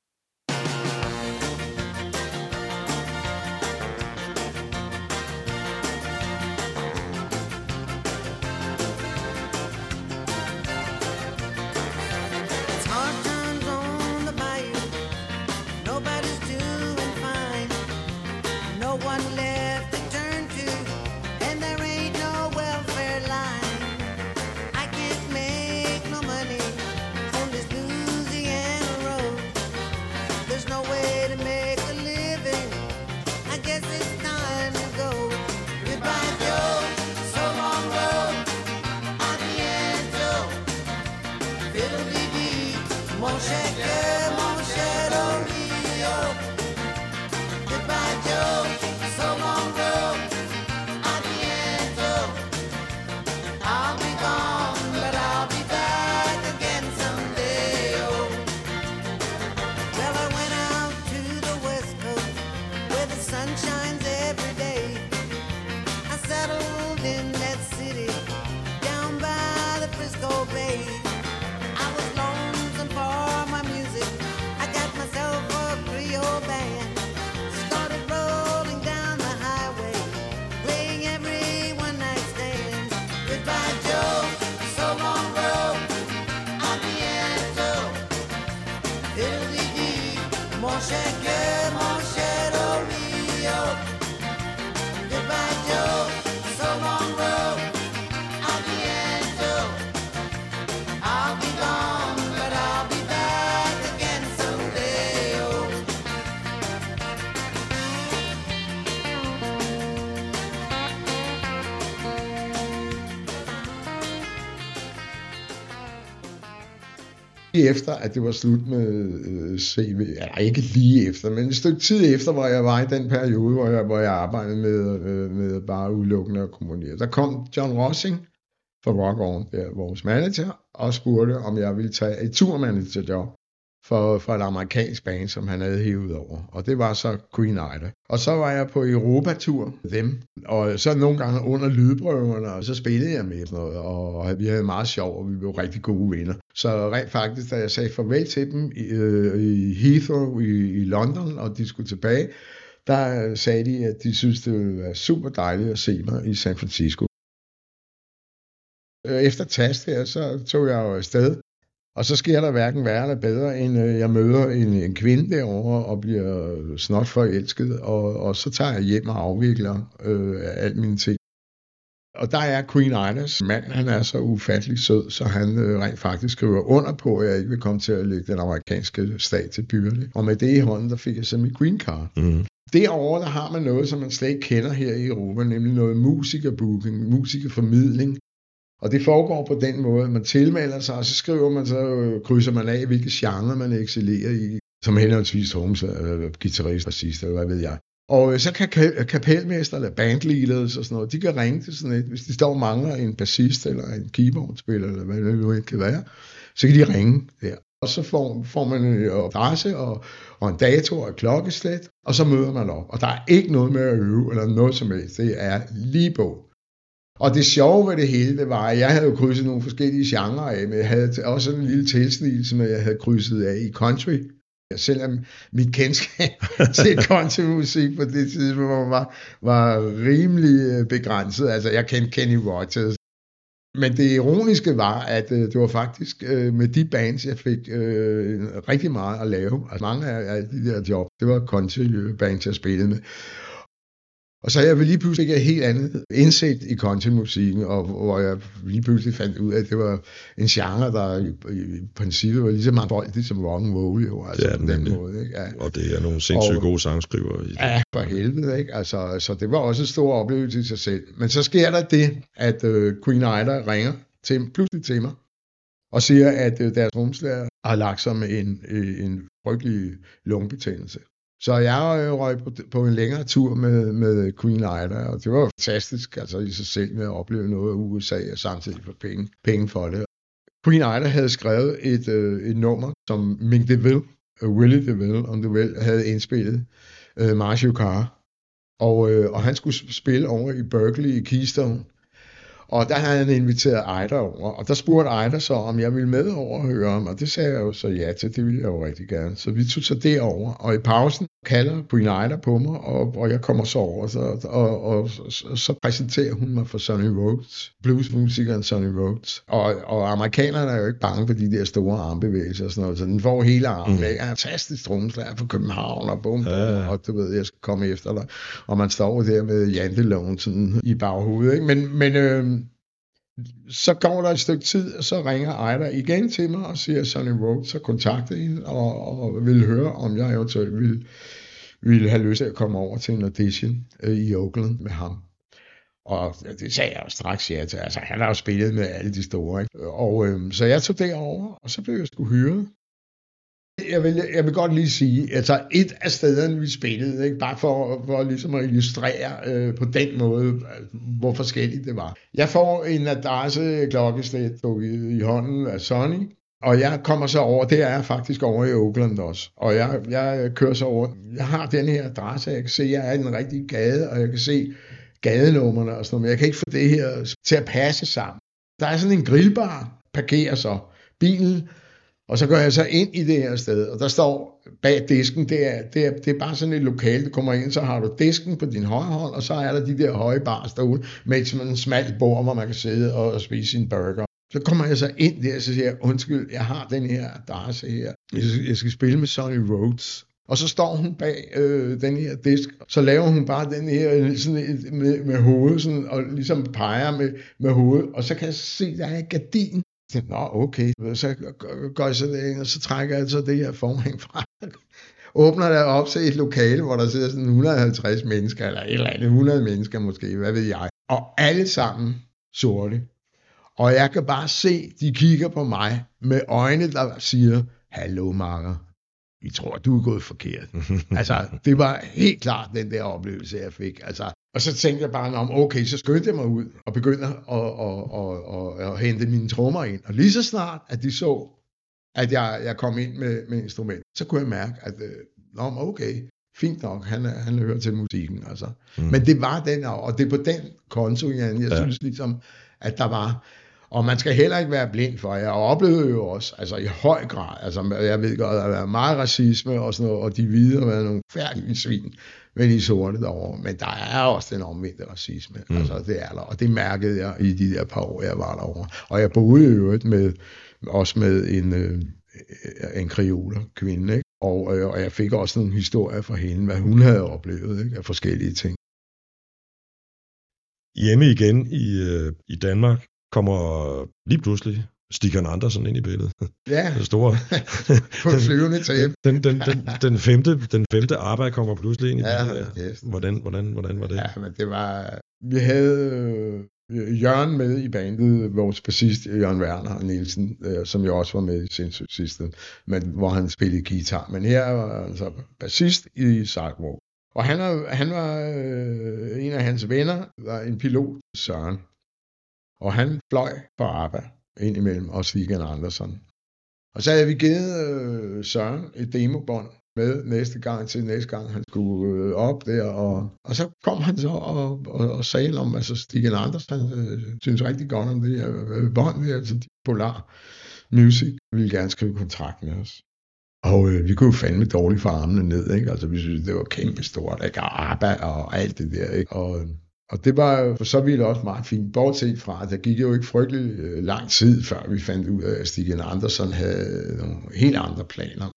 Efter at det var slut med øh, C V, eller ikke lige efter, men et stykke tid efter, hvor jeg var i den periode, hvor jeg, hvor jeg arbejdede med, øh, med bare udelukkende at komponere. Der kom John Rossing fra Rock On, der, vores manager, og spurgte, om jeg ville tage et turmanagerjob for, for et amerikansk band, som han havde hævet over. Og det var så Queen Ida. Og så var jeg på Europatur med dem, og så nogle gange under lydprøverne, og så spillede jeg med noget, og vi havde meget sjov, og vi blev rigtig gode venner. Så rent faktisk, da jeg sagde farvel til dem i, øh, i Heathrow i, i London, og de skulle tilbage, der sagde de, at de syntes, det ville være super dejligt at se mig i San Francisco. Efter tast her, så tog jeg jo afsted, og så sker der hverken værre eller bedre, end jeg møder en, en kvinde derovre og bliver snot forelsket, og, og så tager jeg hjem og afvikler øh, alt mine ting. Og der er Queen Idas mand, han er så ufattelig sød, så han øh, rent faktisk skriver under på, at jeg ikke vil komme til at lægge den amerikanske stat til byrde. Og med det i hånden, der fik jeg så mit green card. Mm. Derovre, der har man noget, som man slet ikke kender her i Europa, nemlig noget musikerbooking, musikerformidling. Og det foregår på den måde, at man tilmelder sig, og så skriver man, så krydser man af, hvilke genre man excellerer i, som henholdsvis trommer, eller guitarist, bassist, eller hvad ved jeg. Og så kan kapelmester eller bandleaders og sådan noget, de kan ringe til sådan et, hvis de står og mangler en bassist eller en keyboardspiller, eller hvad det nu kan være, så kan de ringe der. Og så får, får man en adresse og, og en dato og et klokkeslæt, og så møder man op. Og der er ikke noget med at øve, eller noget som helst. Det er lige på. Og det sjove ved det hele, det var, at jeg havde jo krydset nogle forskellige genrer af, men jeg havde også en lille tilsnigelse med, at jeg havde krydset af i country. Selvom mit kendskab til countrymusik på det tidspunkt var, var rimelig begrænset. Altså, jeg kendte Kenny Rogers. Men det ironiske var, at øh, det var faktisk øh, med de bands, jeg fik øh, rigtig meget at lave. Altså, mange af, af de der job, det var country-bands, jeg spillede med. Og så jeg lige pludselig fik et helt andet indsigt i countrymusikken, og hvor jeg lige pludselig fandt ud af, at det var en genre, der i, i princippet var lige så mangfoldig som rock and roll, jo, altså det er på den nemlig. Måde. Ikke? Ja. Og det er nogle sindssygt og, gode sangskriver. I ja, for helvede, ikke? Altså, så det var også en stor oplevelse i sig selv. Men så sker der det, at uh, Queen Ida ringer til, pludselig til mig, og siger, at uh, deres trommeslager har lagt sig med en, en frygtelig lungebetændelse. Så jeg røg på, på en længere tur med, med Queen Ida, og det var fantastisk, altså i sig selv med at opleve noget af U S A, og samtidig få penge, penge for det. Queen Ida havde skrevet et, øh, et nummer, som Mick DeVille, uh, Willie DeVille, om du vil, havde indspillet, uh, Marshall Carr, og, øh, og han skulle spille over i Berkeley i Keystone. Og der havde han inviteret Ida over, og der spurgte Ida så, om jeg ville med over og høre om, og det sagde jeg jo så ja til, det ville jeg jo rigtig gerne. Så vi tog så derover, og i pausen kalder Queen Ida på mig, og, og jeg kommer så over, så, og, og, og så, så præsenterer hun mig for Sonny Rhodes, bluesmusikeren Sonny Rhodes. Og, og amerikanerne er jo ikke bange for de der store armbevægelser og sådan noget, så den får hele armen, mm. ikke? Fantastisk trommeslager fra København, og bum, ja. Og du ved, jeg skal komme efter dig. Og man står der med janteloven sådan i baghovedet, ikke? Men, men øh, så går der et stykke tid, og så ringer Ida igen til mig og siger, Sonny Rhodes så kontakter hende og, og vil høre, om jeg eventuelt ville, ville have lyst til at komme over til en audition øh, i Oakland med ham. Og det sagde jeg jo straks ja til. Altså, han har jo spillet med alle de store, ikke? Og øh, så jeg tog derover, og så blev jeg sgu hyret. Jeg vil, jeg vil godt lige sige, altså et af stederne, vi spillede, ikke? Bare for, for ligesom at illustrere øh, på den måde, hvor forskelligt det var. Jeg får en adresse klokkeslæt i, i hånden af Sonny, og jeg kommer så over, det er jeg faktisk over i Oakland også, og jeg, jeg kører så over, jeg har den her adresse, jeg kan se, jeg er i den rigtige gade, og jeg kan se gadenummerne og sådan noget, men jeg kan ikke få det her til at passe sammen. Der er sådan en grillbar, parkerer så bilen, og så går jeg så ind i det her sted, og der står bag disken, det er, det er, det er bare sådan et lokale, du kommer ind, så har du disken på din højre hånd, og så er der de der høje bars derude, med sådan en smal bord, hvor man kan sidde og spise sin burger. Så kommer jeg så ind der, og så siger jeg, undskyld, jeg har den her adresse her, jeg skal spille med Sonny Rhodes. Og så står hun bag øh, den her disk, så laver hun bare den her sådan et, med, med hovedet, sådan, og ligesom peger med, med hovedet, og så kan jeg se, der er en gardin. Så, nå, okay. Så går jeg så derind, og så trækker jeg så det her forhæng fra. Åbner der op til et lokale, hvor der sidder sådan et hundrede og halvtreds mennesker, eller et eller andet hundrede mennesker måske, hvad ved jeg. Og alle sammen sorte. Og jeg kan bare se, de kigger på mig med øjne, der siger, hallo makker, vi tror, du er gået forkert. Altså, det var helt klart den der oplevelse, jeg fik. Altså, og så tænkte jeg bare om, okay, så skyndte jeg mig ud og begyndte at, at, at, at, at hente mine trommer ind. Og lige så snart, at de så, at jeg, jeg kom ind med, med instrument, så kunne jeg mærke, at nå, okay, fint nok, han, han hører til musikken. Altså. Mm. Men det var den, og det er på den konto, Jan, jeg ja. synes ligesom, at der var. Og man skal heller ikke være blind for, jeg oplevede jo også, altså i høj grad, altså jeg ved godt, at der er meget racisme og sådan noget, og de hvide har været nogle færdige svin med de sorte derovre, men der er også den omvendte racisme, mm. altså det er der, og det mærkede jeg i de der par år, jeg var derovre. Og jeg boede jo øvrigt med, også med en, øh, en kreoler kvinde, ikke? Og, øh, og jeg fik også nogle historier fra hende, hvad hun havde oplevet, ikke? Af forskellige ting. Hjemme igen i, øh, i Danmark, kommer lige pludselig Stig Andersen ind i billedet. Ja, det store. På flyvende tab. Den, den, den, den, femte, den femte arbejde kommer pludselig ind i ja, billedet. Yes. Hvordan, hvordan, hvordan var det? Ja, men det var... Vi havde øh, Jørgen med i bandet, vores bassist Jørgen Werner Nielsen, øh, som jo også var med i Sindssygt System, men hvor han spillede guitar. Men her var altså bassist i Sidewalk. Og han, er, han var... Øh, en af hans venner var en pilot, Søren. Og han fløj på ABBA ind imellem os Stig Andersen. Og så havde vi givet øh, Søren et demobånd med næste gang til næste gang, han skulle op der, og, og så kom han så og, og, og sagde om, altså Stig Anders, han øh, synes rigtig godt om det her øh, bånd, altså de Polar Music, ville gerne skrive kontrakt med os. Og øh, vi kunne jo fandme dårligt få armene ned, ikke? Altså vi synes, det var kæmpe stort, ikke? Og arbejde og alt det der, ikke? Og, og det var jo for så vidt også meget fint, bortset fra, at der gik jo ikke frygtelig øh, lang tid, før vi fandt ud af, at Stig Andersen havde nogle helt andre planer.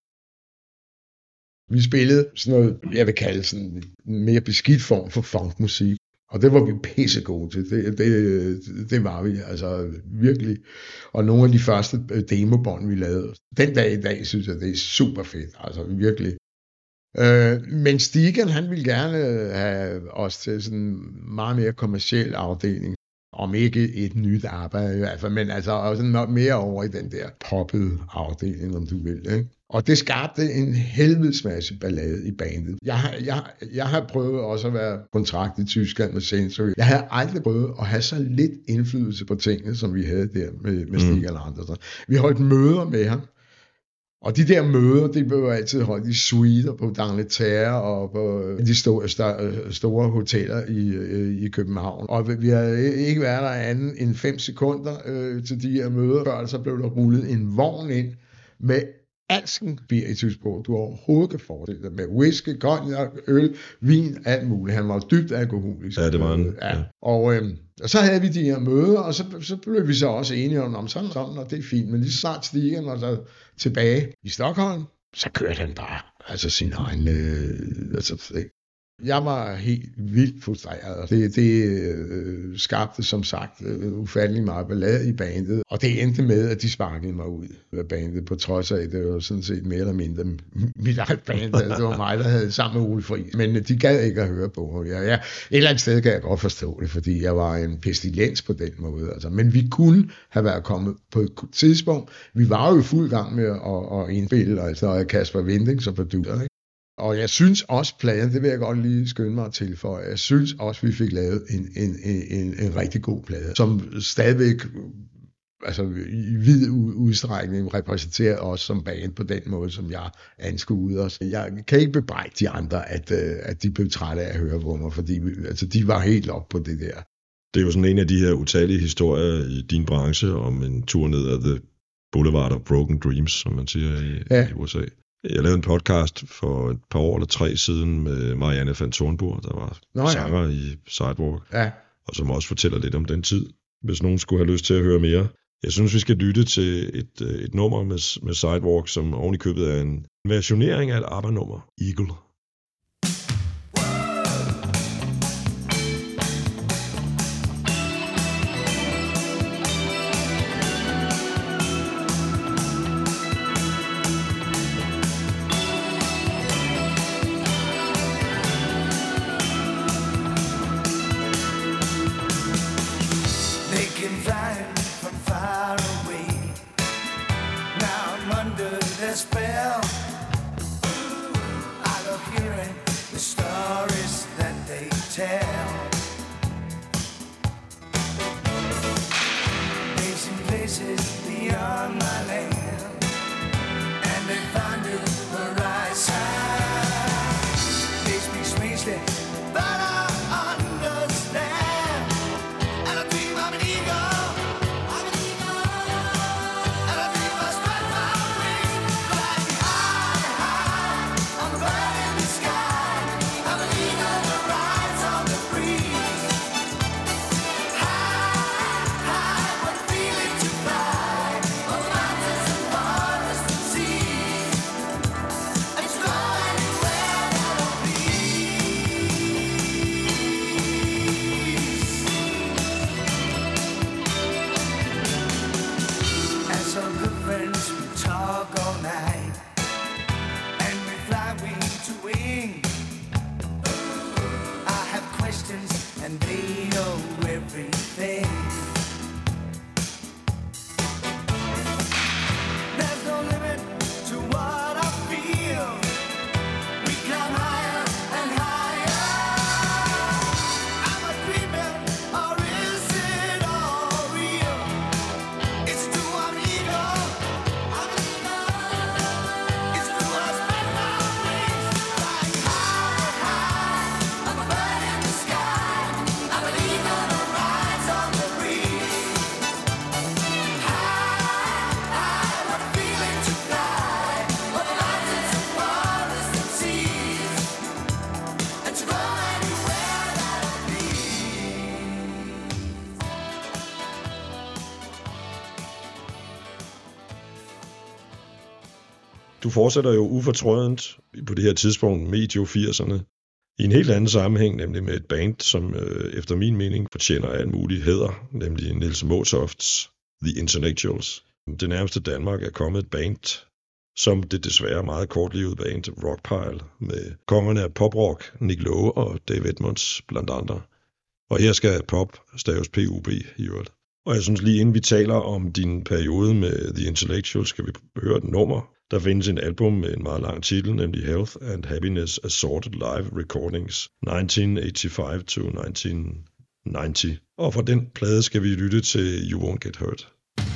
Vi spillede sådan noget, jeg vil kalde sådan en mere beskidt form for funkmusik, og det var vi pissegode til. Det, det, det var vi, altså virkelig. Og nogle af de første demobånd, vi lavede, den dag i dag, synes jeg, det er super fedt, altså virkelig. Øh, men Stigen, han ville gerne have os til sådan en meget mere kommerciel afdeling. Om ikke et nyt arbejde i hvert fald, men altså også mere over i den der poppede afdeling, om du vil, ikke? Og det skabte en helvedes masse ballade i bandet. Jeg har, jeg, jeg har prøvet også at være kontrakt i Tyskland med Sensory. Jeg har aldrig prøvet at have så lidt indflydelse på tingene, som vi havde der med, med Stig mm. Andersen. Vi holdt møder med ham. Og de der møder, det blev altid holdt i suiter på D'Angleterre og på de store, store hoteller i, i København. Og vi har ikke været der andet end fem sekunder øh, til de her møder, før så blev der rullet en vogn ind med alsken spiritus på, du overhovedet kan forestille dig, med whisky, cognac, øl, vin, alt muligt. Han var dybt alkoholisk. Ja, det var han. Ja. Ja. Og, øhm, og så havde vi de her møder, og så, så blev vi så også enige om, om sådan sådan, og det er fint. Men lige så snart Stigen og så tilbage i Stockholm, så kørte han bare altså sin egen... Øh, altså, jeg var helt vildt frustreret. Det, det øh, skabte som sagt øh, ufattelig meget ballade i bandet, og det endte med, at de sparkede mig ud af bandet, på trods af, at det var sådan set mere eller mindre mit eget band. Altså, det var mig, der havde sammen med Ole Friis. Men de gad ikke at høre på. Jeg, jeg, et eller andet sted kan jeg godt forstå det, fordi jeg var en pestilens på den måde. Altså. Men vi kunne have været kommet på et tidspunkt. Vi var jo i fuld gang med at, at indspille, altså Kasper Winding som producer, ikke? Og jeg synes også, pladen, det vil jeg godt lige skynde mig at tilføje, jeg synes også, vi fik lavet en, en, en, en rigtig god plade, som stadigvæk altså, i vid udstrækning repræsenterer os som band på den måde, som jeg anskuede os. Jeg kan ikke bebrejde de andre, at, at de blev trætte af at høre på mig, fordi altså, de var helt op på det der. Det er jo sådan en af de her utallige historier i din branche om en tur ned ad The Boulevard of Broken Dreams, som man siger i, ja. i U S A. Jeg lavede en podcast for et par år eller tre siden med Marianne van Thornburg, der var Nå, ja. sanger i Sidewalk, ja. og som også fortæller lidt om den tid, hvis nogen skulle have lyst til at høre mere. Jeg synes, vi skal lytte til et, et nummer med, med Sidewalk, som oven i købet er en versionering af et ABBA-nummer, Eagle. Mountains Let's go anywhere that leads. Du fortsætter jo ufortrødent på det her tidspunkt medio firserne i en helt anden sammenhæng, nemlig med et band, som øh, efter min mening fortjener al mulig hæder, nemlig Niels Motorfts The Intellectuals. Det nærmeste Danmark er kommet et band, som det desværre meget kortlivede band Rockpile, med kongerne af poprock, Nick Lowe og Dave Edmunds blandt andre. Og her skal pop staves P U B i øvrigt. Og jeg synes lige inden vi taler om din periode med The Intellectuals, skal vi høre et nummer. Der findes en album med en meget lang titel, nemlig Health and Happiness Assorted Live Recordings nitten eighty-five to nineteen ninety. Og fra den plade skal vi lytte til You Won't Get Hurt.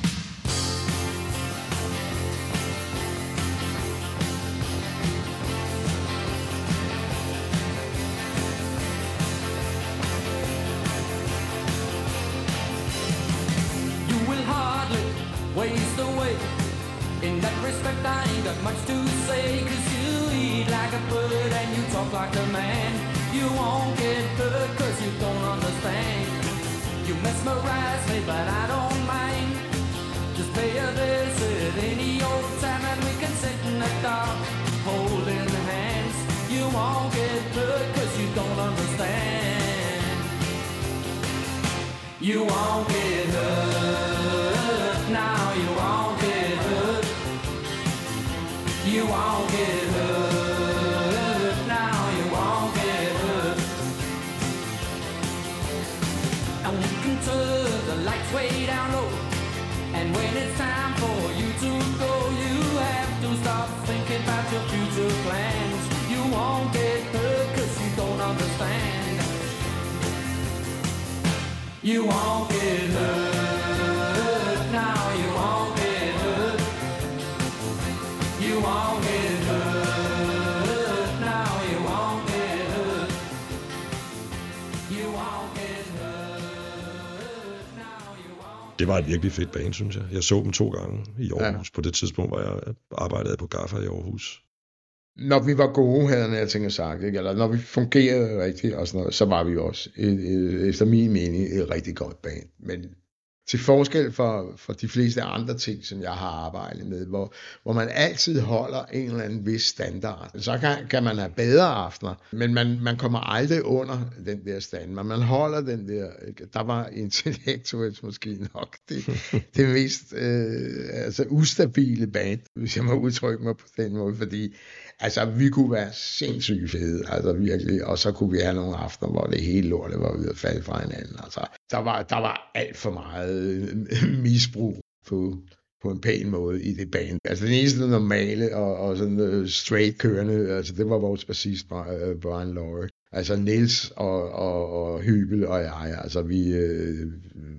Waste away. In that respect, I ain't got much to say, cause you eat like a bird and you talk like a man. You won't get hurt cause you don't understand. You mesmerize me, but I don't mind. Just pay a visit any old time and we can sit in the dark, holding hands. You won't get hurt cause you don't understand. You won't get hurt. Now you won't get hurt. You won't get hurt. Now you won't get hurt. And we can turn the lights way down low. And when it's time for you to go, you have to stop thinking about your future plans. You won't get hurt cause you don't understand. You won't get hurt. Now you won't get hurt. You won't get hurt. Now you won't get hurt. You won't get hurt. Now you won't. Det var et virkelig fedt band, synes jeg. Jeg så dem to gange i Aarhus, ja. På det tidspunkt, hvor jeg arbejdede på Gaffa i Aarhus. Når vi var gode, havde jeg tænkt sagt, ikke? Eller når vi fungerede rigtigt, og sådan noget, så var vi også, et, et, efter min mening, et rigtig godt band. Men til forskel for, for de fleste andre ting, som jeg har arbejdet med, hvor, hvor man altid holder en eller anden vis standard. Så kan, kan man have bedre aftener, men man, man kommer aldrig under den der standard. Man holder den der, der var Intellectuals måske nok det, det mest øh, altså ustabile band, hvis jeg må udtrykke mig på den måde, fordi altså, vi kunne være sindssygt fede, altså virkelig, og så kunne vi have nogle aftener, hvor det hele lortet var ved at falde fra hinanden. Altså, der var, der var alt for meget misbrug på, på en pæn måde i det band. Altså, den eneste normale og, og sådan uh, straight kørende, altså, det var vores bassist, Brian Laurie. Altså, Niels og, og, og Hybel og jeg, altså, vi... Øh,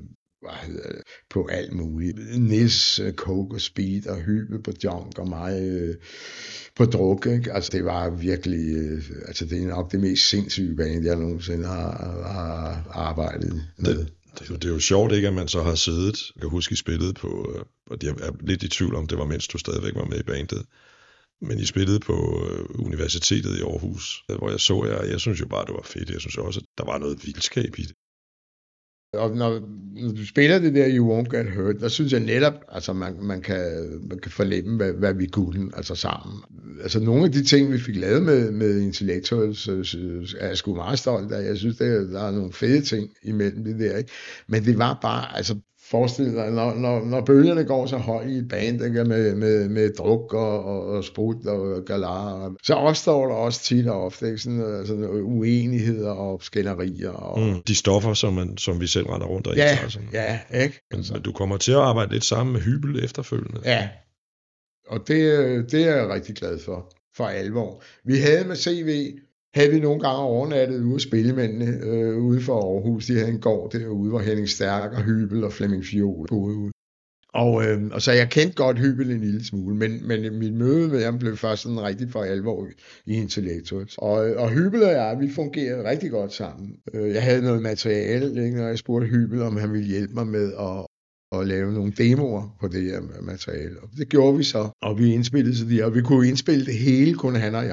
på alt muligt. Niels uh, coke og speed og Hybel på junk og mig uh, på druk, ikke? Altså det var virkelig uh, altså det er nok det mest sindssyge band jeg nogensinde har, har arbejdet med. Det, det, det er jo sjovt ikke at man så har siddet. Jeg kan huske I spillede på, uh, og jeg er lidt i tvivl om det var mens du stadigvæk var med i bandet, men I spillede på uh, universitetet i Aarhus, hvor jeg så jer. Jeg synes jo bare det var fedt. Jeg synes også at der var noget vildskab i det. Og når, når du spiller det der You Won't Get Hurt, der synes jeg netop, altså man, man, kan, man kan fornemme, hvad, hvad vi kunne, altså sammen. Altså nogle af de ting, vi fik lavet med, med Intellectuals, er jeg sgu meget stolt af. Jeg synes, der, der er nogle fede ting imellem det der, ikke? Men det var bare, altså forestil dig, når, når, når bølgerne går så højt i et band, ikke, med, med, med druk og, og, og sprut og galar, så opstår der også tit og ofte ikke, sådan, sådan uenigheder og skænderier. Og... Mm, de stoffer, som, man, som vi selv render rundt og ja, ikke tager. Ja, ikke? Men, men du kommer til at arbejde lidt sammen med Hybel efterfølgende. Ja, og det, det er jeg rigtig glad for, for alvor. Vi havde med C V... havde vi nogle gange overnattet ude af spillemændene øh, ude for Aarhus. De havde en gård derude, hvor Henning Stærk og Hybel og Flemming Fiol boede ude. Og, øh, og så jeg kendte godt Hybel en lille smule, men, men mit møde med ham blev først sådan rigtig for alvor i Intellectuals. Og, og Hybel og jeg, vi fungerede rigtig godt sammen. Jeg havde noget materiale, ikke, når jeg spurgte Hybel, om han ville hjælpe mig med at og lave nogle demoer på det her materiale. Og det gjorde vi så, og vi indspillede så det, og vi kunne indspille det hele, kun han og jeg.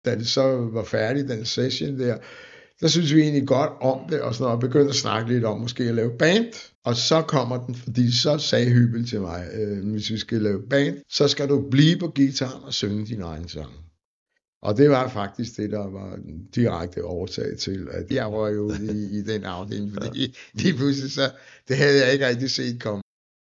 da det så var færdigt, den session der, der synes vi egentlig godt om det, og sådan noget, og begyndte at snakke lidt om måske at lave band. Og så kommer den, fordi så sagde Hybel til mig, øh, hvis vi skal lave band, så skal du blive på guitaren og synge din egen sang. Og det var faktisk det, der var en direkte årsag til, at jeg var jo i, i den afdeling, fordi lige pludselig så, det havde jeg ikke rigtig set komme.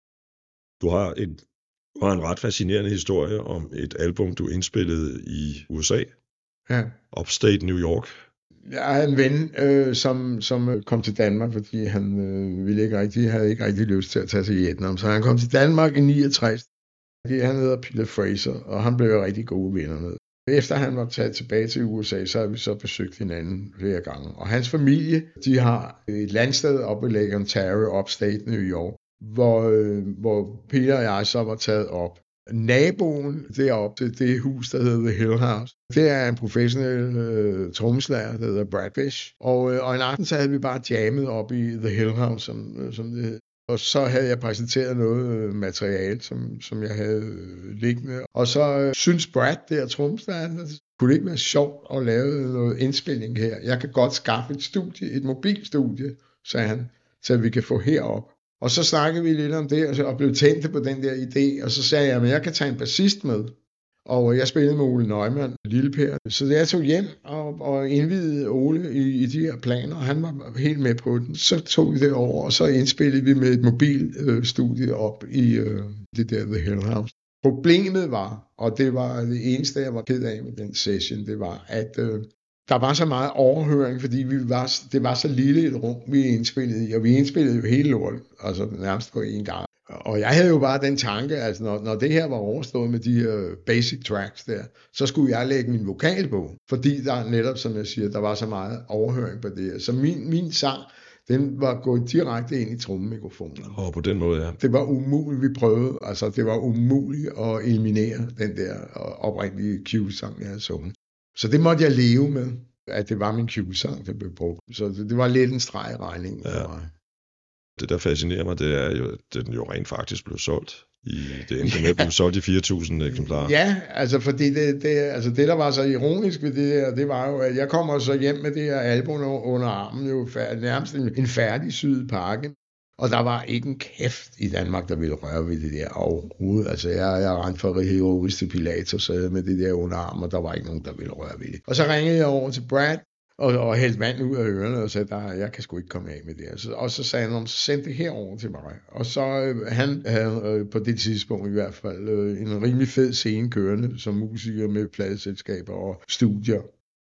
Du har, et, du har en ret fascinerende historie om et album, du indspillede i U S A. Ja. Upstate New York. Jeg har en ven, øh, som, som kom til Danmark, fordi han øh, ville ikke rigtig, havde ikke rigtig lyst til at tage til Vietnam. Så han kom til Danmark i niogtres. Han hedder Peter Fraser, og han blev rigtig gode venner med. Efter han var taget tilbage til U S A, så har vi så besøgt hinanden flere gange. Og hans familie, de har et landsted oppe i Lake Ontario, upstate New York, hvor, øh, hvor Peter og jeg så var taget op. Naboen deroppe til det hus, der hedder The Hill House, det er en professionel øh, trommeslager, der hedder Brad Fish. Og, øh, og en aften så havde vi bare jammet op i The Hill House, som, øh, som det hed. Og så havde jeg præsenteret noget øh, materiale, som, som jeg havde øh, liggende. Og så øh, synes Brad, der trommeslageren, kunne det ikke være sjovt at lave noget indspilning her. Jeg kan godt skaffe et studie, et mobilstudie, sagde han, så vi kan få herop. Og så snakkede vi lidt om det, og blev tændt på den der idé, og så sagde jeg, at jeg kan tage en bassist med. Og jeg spillede med Ole Neumann, Lille Per. Så jeg tog hjem og, og indvidede Ole i, i de her planer, og han var helt med på den. Så tog vi det over, og så indspillede vi med et mobilstudie øh, op i øh, det der The Hill House. Problemet var, og det var det eneste, jeg var ked af med den session, det var, at øh, der var så meget overhøring, fordi vi var, det var så lille et rum, vi indspillede i, og vi indspillede jo hele lortet, altså nærmest på en gang. Og jeg havde jo bare den tanke, altså når, når det her var overstået med de her basic tracks der, så skulle jeg lægge min vokal på, fordi der netop, som jeg siger, der var så meget overhøring på det her. Så min, min sang, den var gået direkte ind i trommemikrofonen. Og på den måde, ja. Det var umuligt, vi prøvede, altså det var umuligt at eliminere den der oprindelige Q-sang, jeg havde sunget. Så det måtte jeg leve med, at det var min Q-sang, der blev brugt. Så det, det var lidt en streg i regningen for ja. mig. Det, der fascinerer mig, det er jo, at den jo rent faktisk blev solgt. I, det endte med at blive solgt i fire tusind eksemplarer. Ja, altså fordi det, det, altså det, der var så ironisk ved det her, det var jo, at jeg kommer så hjem med det her album under armen, jo færdig, nærmest en, en færdig syet pakke. Og der var ikke en kæft i Danmark, der ville røre ved det der overhovedet. Altså, jeg, jeg rendte for heroisk til Pilatus med det der under armen, og der var ikke nogen, der ville røre ved det. Og så ringede jeg over til Brad, og, og hældte vand ud af ørerne, og sagde, der, jeg kan sgu ikke komme af med det. Så, og så sagde han, så send det herover til mig. Og så øh, han havde øh, på det tidspunkt i hvert fald øh, en rimelig fed scene kørende, som musiker med pladeselskaber og studier.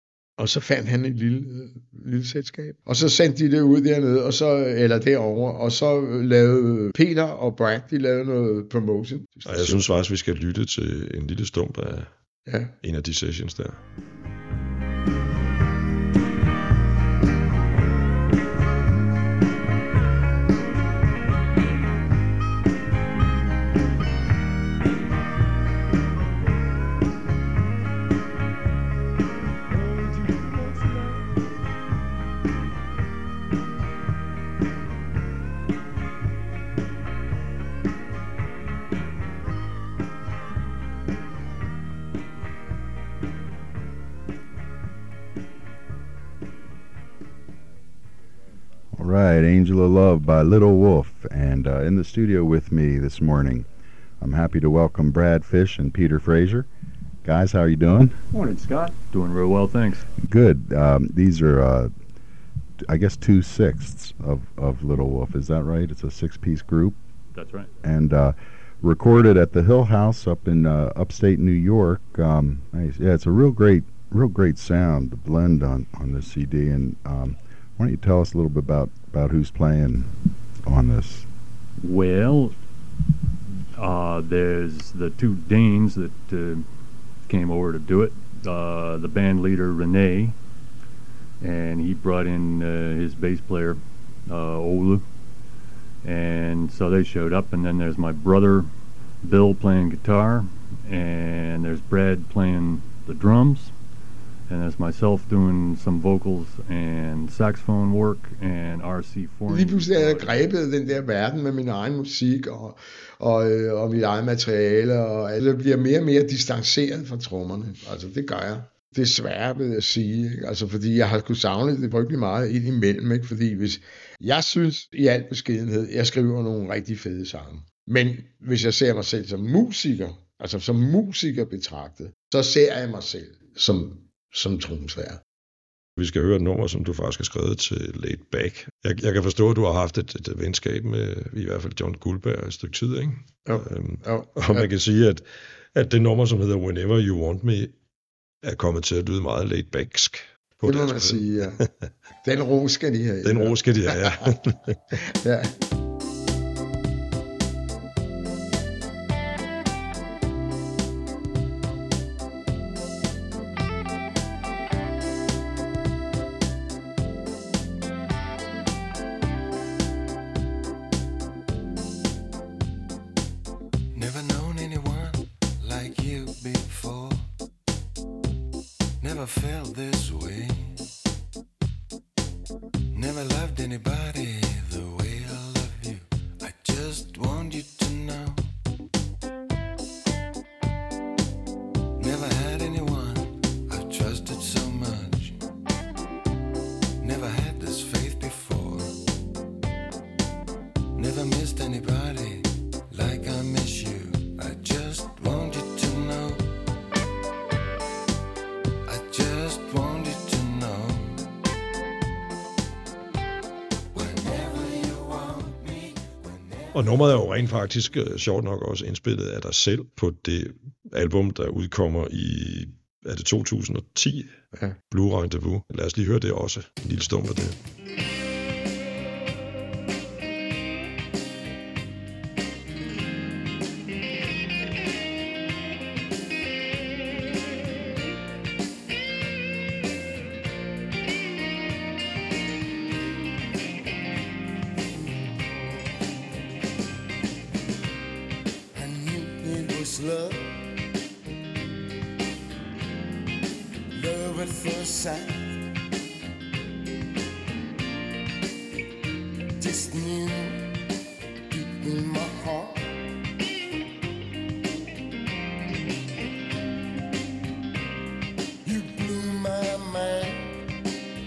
Og så fandt han et lille, lille selskab. Og så sendte de det ud dernede, og så, eller derovre, og så lavede Peter og Brad, de lavede noget promotion. Og jeg synes faktisk, vi skal lytte til en lille stump af ja. en af de sessions der. Right, Angel of Love by Little Wolf. And uh, in the studio with me this morning, I'm happy to welcome Brad Fish and Peter Fraser. Guys, how are you doing? Morning, Scott. Doing real well, thanks. Good. Um, these are, uh, I guess, two-sixths of, of Little Wolf. Is that right? It's a six-piece group? That's right. And uh, recorded at the Hill House up in uh, upstate New York. Um, nice. Yeah, it's a real great, real great sound, the blend on, on this C D. And um, why don't you tell us a little bit about, about who's playing on this? Well, uh, there's the two Danes that uh, came over to do it. Uh, the band leader, Rene, and he brought in uh, his bass player, uh, Olu. And so they showed up, and then there's my brother, Bill, playing guitar, and there's Brad playing the drums, and there's myself doing some vocals and saxophone work and R C four. Lige pludselig er jeg grebet den der verden med min egen musik og, og, og mit eget materiale, og det bliver mere og mere distanceret fra trommerne. Altså det gør jeg. desværre ved at sige, ikke? Altså fordi jeg har kunnet savne det virkelig meget ind imellem, ikke? Fordi hvis jeg synes i al beskedenhed, jeg skriver nogle rigtig fede sange, men hvis jeg ser mig selv som musiker, altså som musiker betragtet, så ser jeg mig selv som, som trommeslager. Vi skal høre et nummer, som du faktisk har skrevet til Laid Back. Jeg, jeg kan forstå, at du har haft et, et venskab med i hvert fald John Guldberg et stykke tid, ikke? Jo. Øhm, jo. Og man kan sige, at, at det nummer, som hedder Whenever You Want Me, er kommet til at lyde meget laid backsk. Det må man sige, ja. Den ro skal de have. Den ro skal de have, ja. Ja. Never known anyone like you before. Never felt this way. Never loved anybody the way I love you. I just want you to know. Never had anyone I've trusted so much. Never had this faith before. Never missed anybody like I miss you. I just want you to know. I just want you to know. Whenever you want me. Og nummeret er jo rent faktisk uh, sjovt nok også indspillet af dig selv på det album, der udkommer i, er det to tusind og ti? Ja. Blue Rendezvous. Lad os lige høre det også. En lille stump af det. I knew it was love. Love at first sight. Just knew deep in my heart. You blew my mind.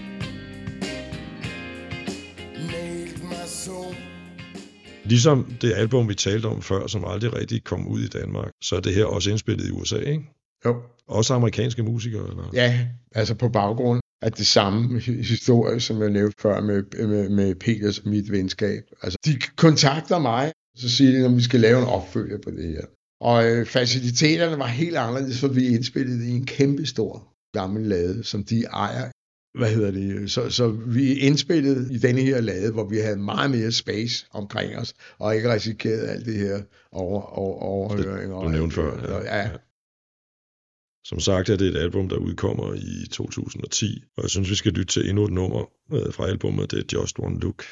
Nailed my soul. Ligesom det album, vi talte om før, som aldrig rigtig kom ud i Danmark, så er det her også indspillet i U S A, ikke? Jo. Også amerikanske musikere, eller? Ja, altså på baggrund af det samme historie, som jeg nævnte før med, med, med Peters og mit venskab. Altså, de kontakter mig, så siger de, at vi skal lave en opfølger på det her. Og øh, faciliteterne var helt anderledes, for vi indspillede i en kæmpe stor gammel lade, som de ejer. Hvad hedder det? Så, så vi indspillede i denne her lade, hvor vi havde meget mere space omkring os, og ikke risikerede alt det her over, over, overhøring. Det, du nævnte før. Ja. ja. Som sagt er det et album, der udkommer i to tusind og ti, og jeg synes, vi skal lytte til endnu et nummer fra albumet, det er Just One Look.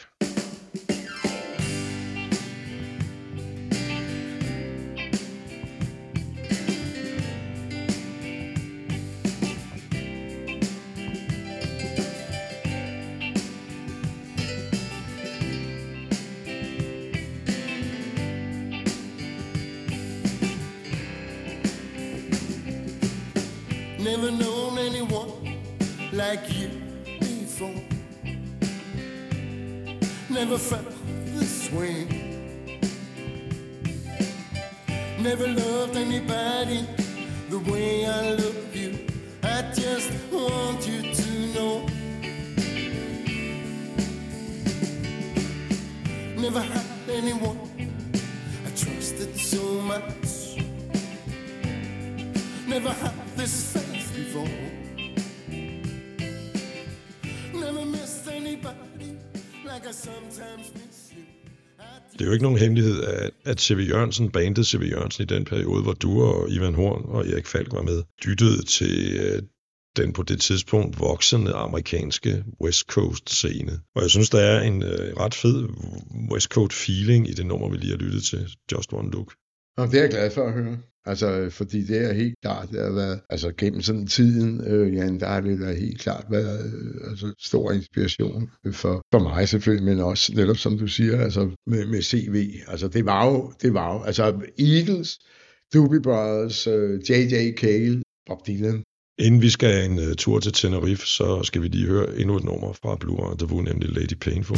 Never known anyone like you before. Never felt this way. Never loved anybody the way I love you. I just want you to know. Never had anyone I trusted so much. Never had this faith before. Never missed anybody like I sometimes miss you. Det er jo ikke nogen hemmelighed, at, at C V Jørgensen, bandet C V Jørgensen i den periode, hvor du og Ivan Horn og Erik Falk var med, dyttede til øh, den på det tidspunkt voksende amerikanske West Coast scene. Og jeg synes, der er en øh, ret fed West Coast feeling i det nummer, vi lige har lyttet til, Just One Look. Og det er jeg glad for at høre. Altså, fordi det er helt klart, det har været, altså gennem sådan tiden, øh, Jan, der har det da helt klart været øh, altså, stor inspiration for, for mig selvfølgelig, men også netop som du siger, altså med, med C V. Altså det var jo, det var jo, altså Eagles, Doobie Brothers, øh, J J Cale, Bob Dylan. Inden vi skal en uh, tur til Tenerife, så skal vi lige høre endnu et nummer fra Blue Rendezvous, nemlig Lady Painful.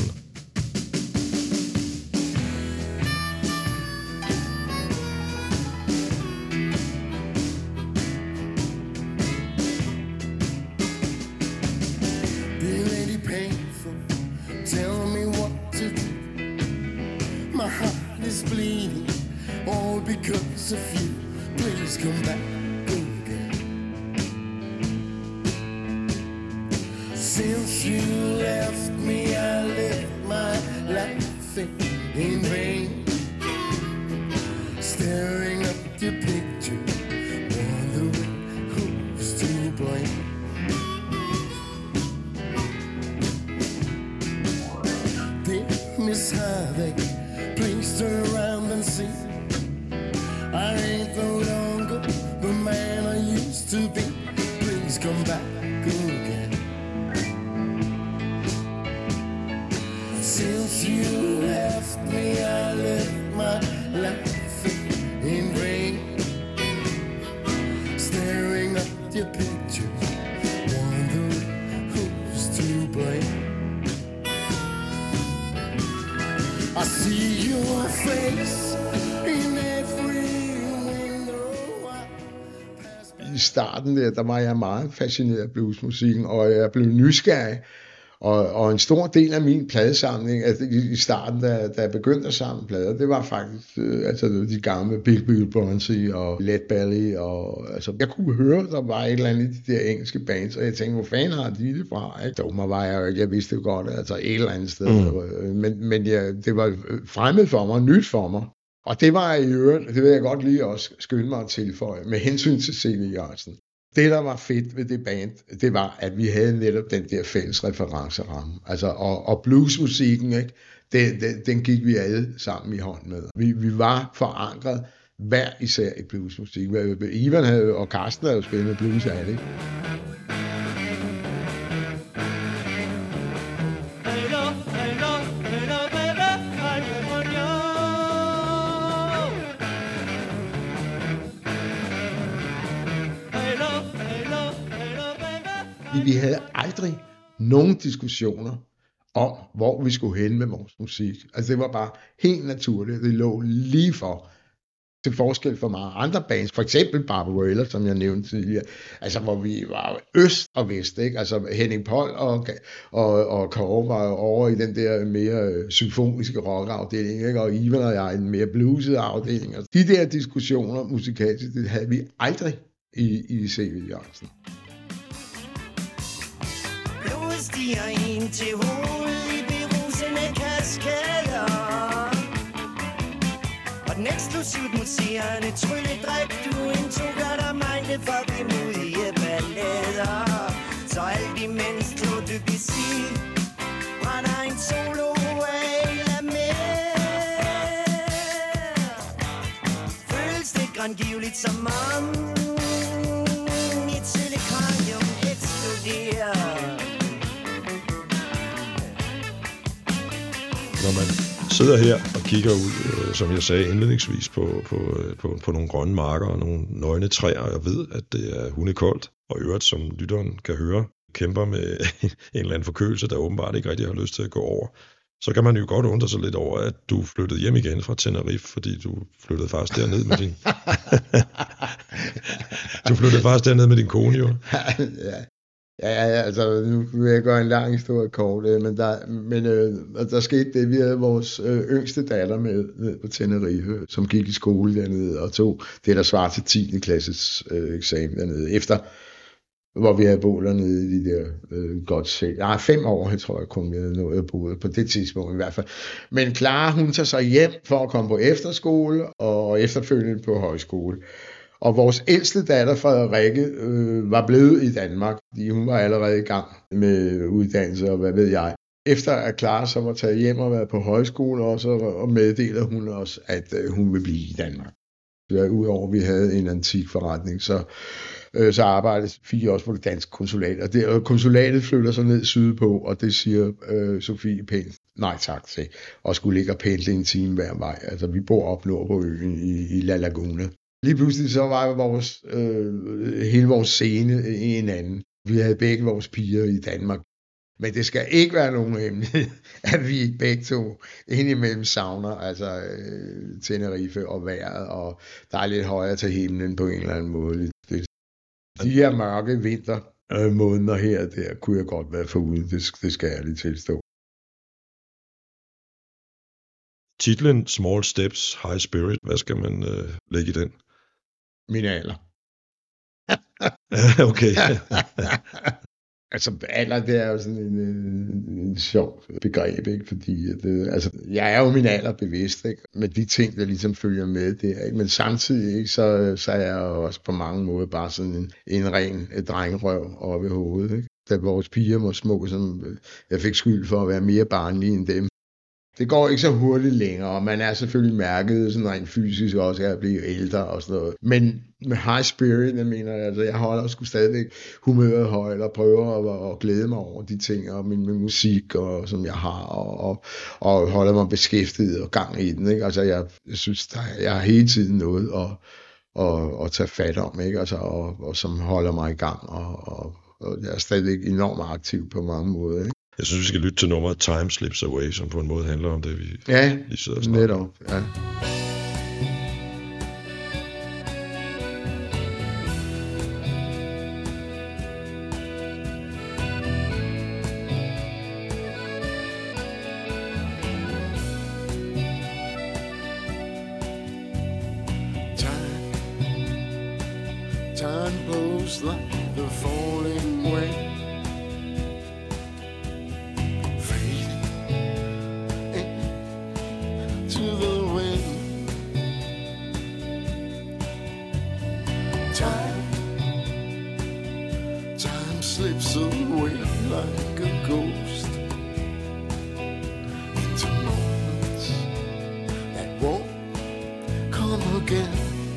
I starten der, der var jeg meget fascineret af bluesmusikken, og jeg blev nysgerrig. Og, og en stor del af min pladesamling, altså i starten, da, da jeg begyndte at samle plader, det var faktisk øh, altså de gamle Big Bill Bronzy og Lead Belly. Og, altså, jeg kunne høre, der var et eller andet i de der engelske bands, og jeg tænkte, hvor fanden har de det fra? Ikke? Dummer var jeg jo ikke, jeg vidste det godt, altså et eller andet sted. Mm. Men, men ja, det var fremmed for mig, nyt for mig. Og det var i øvrigt, det vil jeg godt lige også skynde mig at tilføje, med hensyn til C V Jørgensen. Det, der var fedt ved det band, det var, at vi havde netop den der fælles referenceramme. Altså, og, og bluesmusikken, ikke? Det, det, den gik vi alle sammen i hånd med. Vi, vi var forankret hver især i bluesmusik. Ivan havde, og Carsten havde jo spillet blues af det. Vi havde aldrig nogen diskussioner om, hvor vi skulle hen med vores musik. Altså det var bare helt naturligt. Det lå lige for. Til forskel for mange andre bands. For eksempel Barbarella, som jeg nævnte tidligere. Altså hvor vi var øst og vest. Ikke? Altså Henning Pold og, og, og Kåre var over i den der mere symfoniske rockafdeling. Ikke? Og Ivan og jeg i den mere bluesede afdeling. Altså, de der diskussioner musikalt, det havde vi aldrig i, i C V Jørgensen. Stiger ind til hovedet i berusende kaskader, og den eksklusivt museerne trylledrik du indtog, gør der manglet for de modige ballader. Så alt imens Claude Debussy brænder en solo af la mer. Føles det grangivligt som om mit telekranium eksploderer. Når man sidder her og kigger ud, øh, som jeg sagde indledningsvis, på, på, på, på nogle grønne marker og nogle nøgne træer, og jeg ved, at det er hundekoldt, og øvrigt, som lytteren kan høre, kæmper med en eller anden forkølelse, der åbenbart ikke rigtig har lyst til at gå over, så kan man jo godt undre sig lidt over, at du flyttede hjem igen fra Tenerife, fordi du flyttede faktisk derned med din... du flyttede faktisk derned med din kone, jo. Ja. Ja, altså, nu vil jeg gøre en lang historie kort, men der, men, øh, der skete det, vi havde vores øh, yngste datter med ned på Tenerife, som gik i skole dernede, og tog det, der svarer til tiende klasses øh, eksamen dernede, efter, hvor vi havde boet dernede i de der øh, godt selv. Nej, fem år, jeg tror jeg kun, vi havde nået at bo på det tidspunkt i hvert fald. Men Clara, hun tager sig hjem for at komme på efterskole, og efterfølgende på højskole. Og vores ældste datter, Frederikke, øh, var blevet i Danmark, fordi hun var allerede i gang med uddannelse og hvad ved jeg. Efter at Clara så var taget hjem og været på højskole også, og meddeler hun også, at øh, hun vil blive i Danmark. Så udover at vi havde en antik forretning, så, øh, så arbejdede Fie også på det danske konsulat. Og, det, og konsulatet flytter sig ned sydpå, og det siger øh, Sofie pænt nej tak til, og skulle ligge og pendle en time hver vej. Altså vi bor op nord på øen i, i La Laguna. Lige pludselig så var vores, øh, hele vores scene i en anden. Vi havde begge vores piger i Danmark. Men det skal ikke være nogen hemmelighed, at vi begge to indimellem savner altså øh, Tenerife og vejret, og der er lidt højere til himlen på en eller anden måde. Det, de her mørke vinter øh, måneder her, der kunne jeg godt være foruden, det, det skal jeg lige tilstå. Titlen Small Steps, High Spirit, hvad skal man øh, lægge i den? Min alder. Okay. Altså alder, det er jo sådan en, en, en sjov begreb, ikke? Fordi at, øh, altså, jeg er jo min alder bevidst, ikke? Med de ting, der ligesom følger med det, ikke? Men samtidig, ikke, så, så er jeg jo også på mange måder bare sådan en, en ren drengerøv oppe i hovedet, ikke? Da vores piger var små, som jeg fik skyld for at være mere barnlig end dem. Det går ikke så hurtigt længere, og man er selvfølgelig mærket sådan rent fysisk også af at blive ældre og sådan noget. Men med high spirit, jeg mener, altså jeg holder sgu stadigvæk humøret højt og prøver at, at glæde mig over de ting, og min, min musik, og, som jeg har, og, og, og holder mig beskæftiget og gang i den, ikke? Altså jeg, jeg synes, der, jeg har hele tiden noget at, at, at tage fat om, ikke? Altså, og, og som holder mig i gang, og, og, og jeg er stadigvæk enormt aktiv på mange måder, ikke? Jeg synes, vi skal lytte til nummeret Time Slips Away, som på en måde handler om det, vi ja, lige sidder og snakker. Netop, ja. Time, time blows like the falling wind. Slips away like a ghost into moments that won't come again.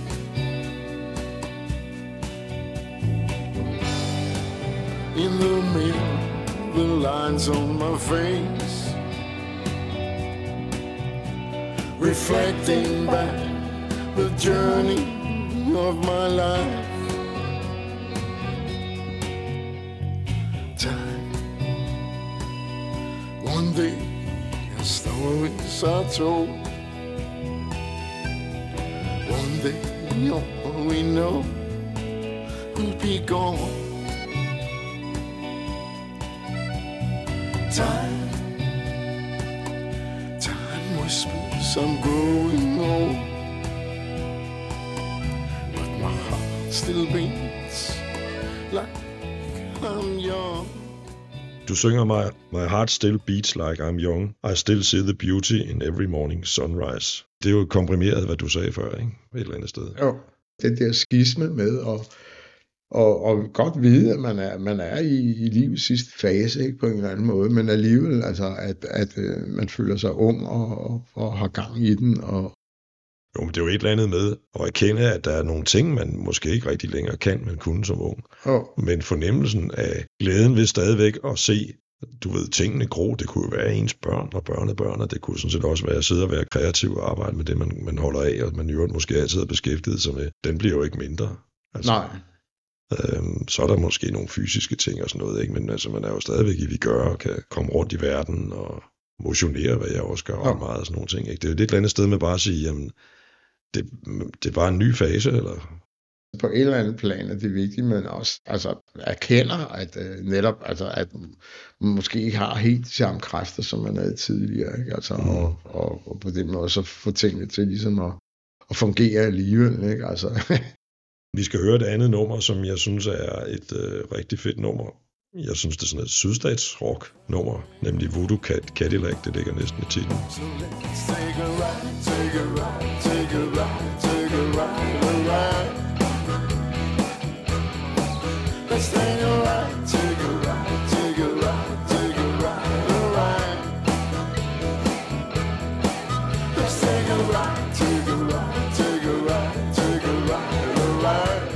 In the mirror, the lines on my face reflecting back the journey of my life. One day, the stories are told. One day, all we know will be gone. Time, time whispers I'm growing old, but my heart still beats like I'm young. Du synger mig, my heart still beats like I'm young. I still see the beauty in every morning sunrise. Det er jo komprimeret, hvad du sagde før, ikke? Et eller andet sted. Jo, det der skisme med at og, og godt vide, at man er, man er i, i livets sidste fase, ikke? På en eller anden måde, men alligevel, altså, at, at uh, man føler sig ung og, og, og har gang i den. Og Jo, men det er jo et eller andet med at erkende, at der er nogle ting, man måske ikke rigtig længere kan, men kunne som ung. jo. Men fornemmelsen af glæden ved stadigvæk at se, du ved, tingene gro, det kunne jo være ens børn og børnebørn, og det kunne sådan set også være at sidde og være kreativ og arbejde med det, man, man holder af, og man jo måske altid har beskæftiget sig med. Den bliver jo ikke mindre. Altså, Nej. Øhm, så er der måske nogle fysiske ting og sådan noget, ikke? Men altså, man er jo stadigvæk i, vi gør, og kan komme rundt i verden og motionere, hvad jeg også gør, og meget og sådan nogle ting, ikke? Det er jo et eller andet sted med bare at sige, jamen, det, det er bare en ny fase, eller? På et eller andet plan er det vigtigt, men også altså, erkender, at uh, netop, altså, at man måske ikke har helt de samme kræfter, som man havde tidligere, ikke? Altså, mm. og, og, og på den måde så få tingene til ligesom at, at fungere alligevel, ikke? Altså. Vi skal høre et andet nummer, som jeg synes er et øh, rigtig fedt nummer. Jeg synes, det er sådan et sydstatsrock-nummer, nemlig Voodoo Cat Cadillac, det ligger næsten i titlen. So let's take a ride, take a ride, take a ride, take a ride, a ride. Let's take a ride, take a ride, take a ride, take a ride, a ride. Let's take a ride, take a ride, take a ride, take a ride, a ride.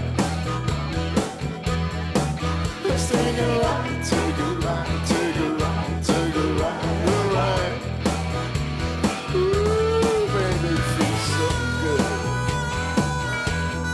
Let's take a ride, take a ride, take a ride, take a ride, a ride. Ooh, baby, it feels so good.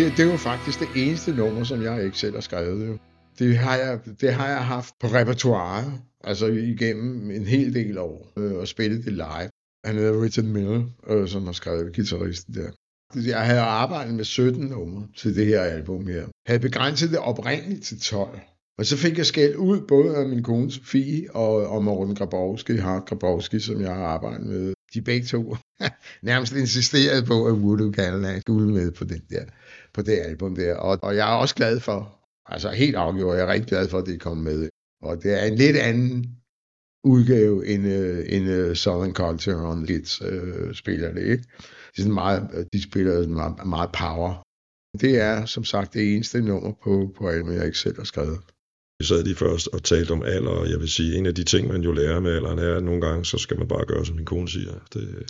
det, det var faktisk det eneste nummer, som jeg ikke selv har skrevet. Jo. Det, har jeg, det har jeg haft på repertoire, altså igennem en hel del år, øh, og spillet det live. Han hedder Richard Miller, øh, som har skrevet guitaristen der. Jeg havde arbejdet med sytten numre til det her album her. Jeg havde begrænset det oprindeligt til tolv. Og så fik jeg skæld ud både af min kone Sofie og, og Morten Grabowski, Hart Grabowski, som jeg har arbejdet med. De begge to nærmest insisterede på, at Voodoo Cadillac skulle med på, den der, på det album der. Og, og jeg er også glad for, altså helt afgjort, jeg er rigtig glad for, at det kom med. Og det er en lidt anden udgave end, uh, end uh, Southern Culture on the Kids uh, spiller det, ikke? Det er sådan meget, de spiller meget, meget power. Det er som sagt det eneste nummer på, på albumet, jeg ikke selv har skrevet. Vi sad lige først og talte om alder, og jeg vil sige, en af de ting, man jo lærer med alderen er, at nogle gange, så skal man bare gøre, som min kone siger. Det...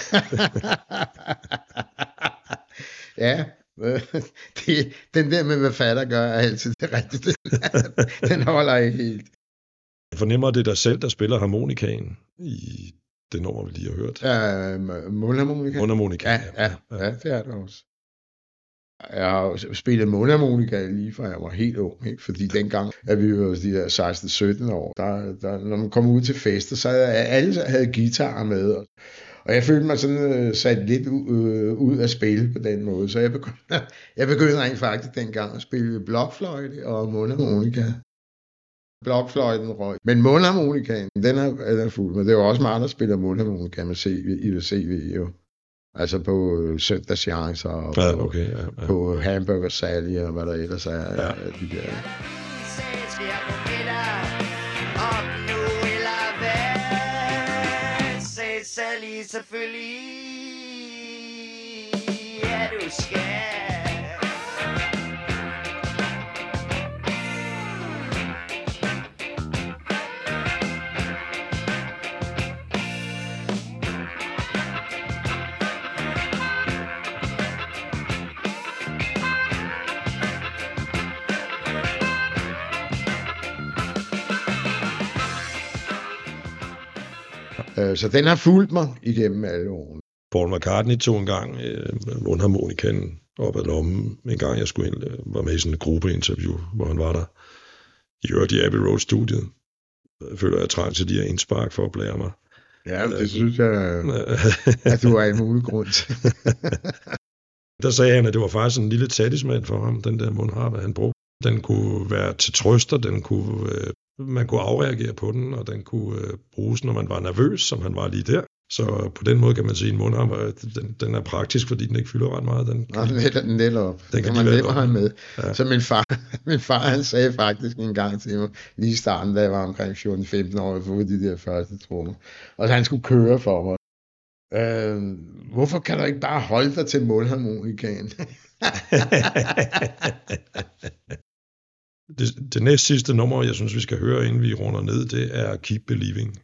ja, det, den der med, hvad fatter gør, er altid det rigtige. Den holder ikke helt. Jeg fornemmer, det dig selv, der spiller harmonikaen i det nummer, vi lige har hørt. Ja, mundharmonika. Mundharmonika. Ja, ja, ja, ja, det er det også. Jeg har spillet mundharmonika lige fra jeg var helt ung, ikke? Fordi dengang, at vi var de der seksten sytten år, der, der, når man kom ud til fester, så havde alle havde guitar med, og, og jeg følte mig sådan uh, sat lidt uh, ud af spil på den måde, så jeg begyndte, jeg begyndte rent faktisk dengang at spille blokfløjte og mundharmonika. Blokfløjten røg, men mundharmonikaen, den er, er fuld, men det er jo også meget, der spiller mundharmonika med C V, i C V jo. Altså på øh, søndagschancer og ja, på, okay, ja, ja. på Hamburger Sally og hvad der ellers er. Ja. Ja, de der. Sally, selvfølgelig. Ja, du skal. Så den har fulgt mig igennem alle årene. Paul McCartney tog en gang øh, mundharmonikanen op ad lommen. En gang jeg skulle ind, øh, var med i sådan et gruppeinterview, hvor han var der. I øvrigt i Abbey Road-studiet. Jeg føler, jeg trang til de her indspark for at blære mig. Ja, det synes jeg, at du har en mulig grund til. Der sagde han, at det var faktisk en lille talisman for ham, den der mundharpe, han brugte. Den kunne være til trøster, den kunne... Øh, man kunne afreagere på den, og den kunne øh, bruges, når man var nervøs, som han var lige der. Så på den måde kan man sige, at en mundharpe, den, den er praktisk, fordi den ikke fylder ret meget. Den kan, Nå, den netop. Den kan man netop have med. Ja. Så min far, min far, han sagde faktisk en gang til mig, lige i starten, da jeg var omkring fjorten femten år, for de der første trommer. Og så han skulle køre for mig. Øh, hvorfor kan du ikke bare holde dig til mundharmonikaen? Det, det næst sidste nummer, jeg synes, vi skal høre, inden vi runder ned, det er Keep Believing.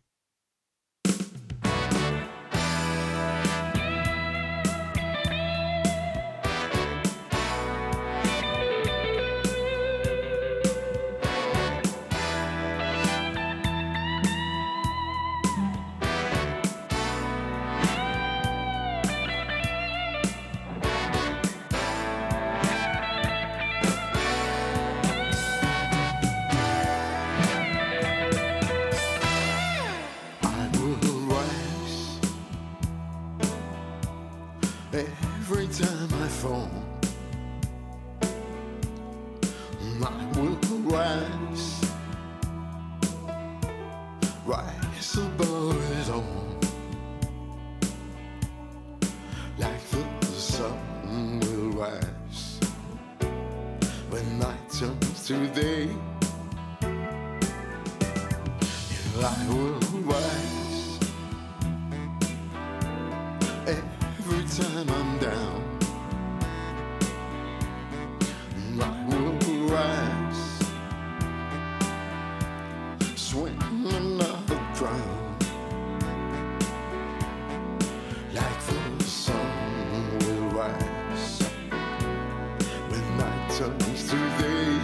Every time I fall, I will rise, rise above it all, like the sun will rise when night turns to day. I will rise every time I'm down. I will rise, swim another drown, like the sun will rise when night turns to day.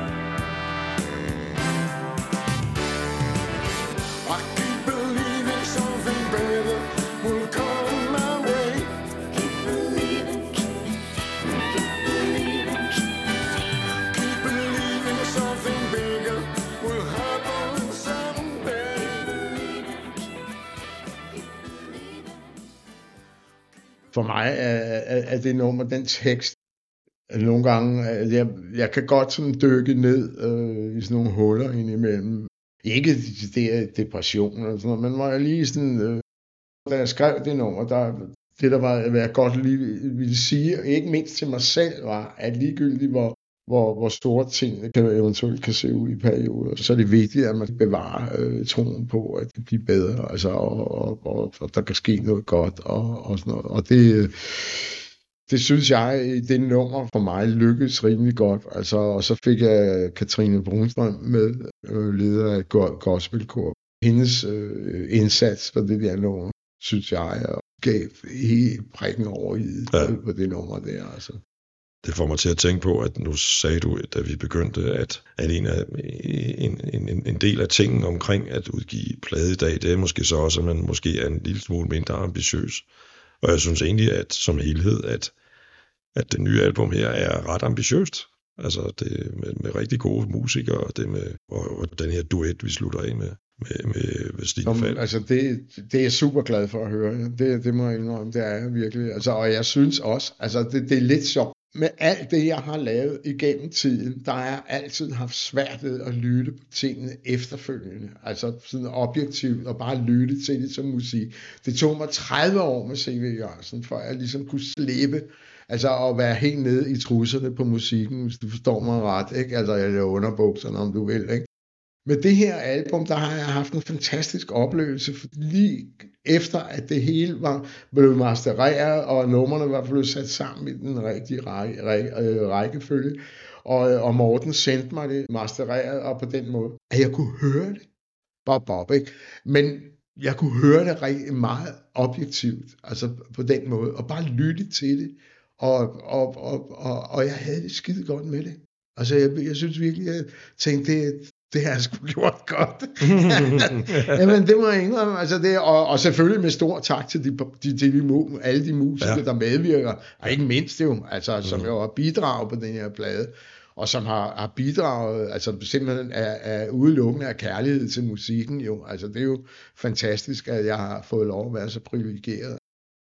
I keep believing something better will come my way. Keep believing, keep believing. for mig er, er, er det nummer, den tekst, nogle gange, jeg, jeg kan godt sådan dykke ned øh, i sådan nogle huller indimellem. Ikke det er depression eller sådan noget, men var jeg lige sådan, øh, da jeg skrev det nummer, der, det der var, hvad jeg godt lige ville sige, ikke mindst til mig selv, var, at ligegyldigt hvor, hvor, hvor store ting kan, eventuelt kan se ud i perioder, så er det vigtigt, at man bevarer øh, troen på, at det bliver bedre, altså, og, og, og, og der kan ske noget godt, og, og sådan noget. Og det, det synes jeg, i det nummer for mig lykkedes rimelig godt. Altså, og så fik jeg Katrine Brunstrøm med, øh, leder af gospelkor. Hendes øh, indsats for det der nummer, synes jeg, og gav helt prikken over i ja. på det nummer der. Altså. Det får mig til at tænke på, at nu sagde du, da vi begyndte, at, at en, af, en, en, en del af tingen omkring at udgive plade i dag, det er måske så også, at man måske er en lille smule mindre ambitiøs. Og jeg synes egentlig, at som helhed, at, at det nye album her er ret ambitiøst. Altså det med, med rigtig gode musikere, og det med og, og den her duet, vi slutter af med, med, med, med Stine Falk. Altså det, det er jeg super glad for at høre. Det, det må jeg indrømme, det er jeg virkelig. Altså, og jeg synes også, altså det, det er lidt sjovt. Med alt det, jeg har lavet igennem tiden, der har jeg altid haft svært ved at lytte på tingene efterfølgende. Altså sådan objektivt og bare lytte til det som musik. Det tog mig tredive år med C V Jørgensen, for jeg ligesom kunne slippe, altså at være helt nede i trusserne på musikken, hvis du forstår mig ret, ikke? Altså eller underbukserne, om du vil, ikke? Med det her album, der har jeg haft en fantastisk oplevelse, for lige efter at det hele var blevet mastereret, og numrene var blevet sat sammen i den rigtige række, række, øh, rækkefølge, og, og Morten sendte mig det mastereret, og på den måde, at jeg kunne høre det. Bob, bob, ikke? Men jeg kunne høre det rigtig meget objektivt, altså på den måde, og bare lytte til det, og, og, og, og, og jeg havde det skide godt med det. Altså jeg, jeg synes virkelig, jeg tænkte, det Det har jeg sgu gjort godt. Jamen, det må jeg indrømme. Altså, det, og, og selvfølgelig med stor tak til de, de, de, de, alle de musikere, ja. der medvirker. Og ikke mindst jo, altså, som mm. jo har bidraget på den her plade. Og som har, har bidraget, altså simpelthen er, er udelukkende af kærlighed til musikken jo. Altså, det er jo fantastisk, at jeg har fået lov at være så privilegeret.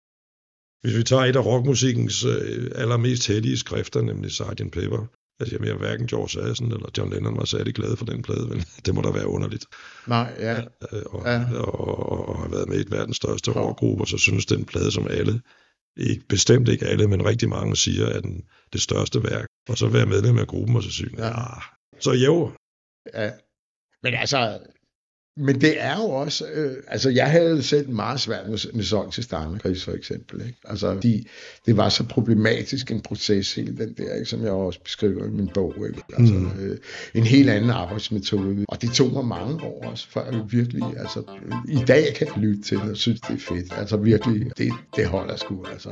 Hvis vi tager et af rockmusikkens øh, allermest hellige skrifter, nemlig sergeant Pepper. Altså, jeg mener, hverken George Harrison eller John Lennon var særlig glade for den plade, men det må da være underligt. Nej, ja. Og, ja. og, og, og har været med i et verdens største rockgruppe, og så synes den plade, som alle, ikke, bestemt ikke alle, men rigtig mange siger, er den, det største værk. Og så være medlem af gruppen, og så synes ja. ja. Så jo. Ja, men altså... Men det er jo også, øh, altså jeg havde selv meget svært med, med Song til Stammekrig for eksempel, ikke? Altså de, det var så problematisk en proces, hele den der, ikke? Som jeg også beskriver i min bog, ikke? Altså mm. øh, en helt anden arbejdsmetode, og det tog mig mange år også, før jeg virkelig, altså i dag kan jeg lytte til det og synes det er fedt, altså virkelig, det, det holder sgu, altså.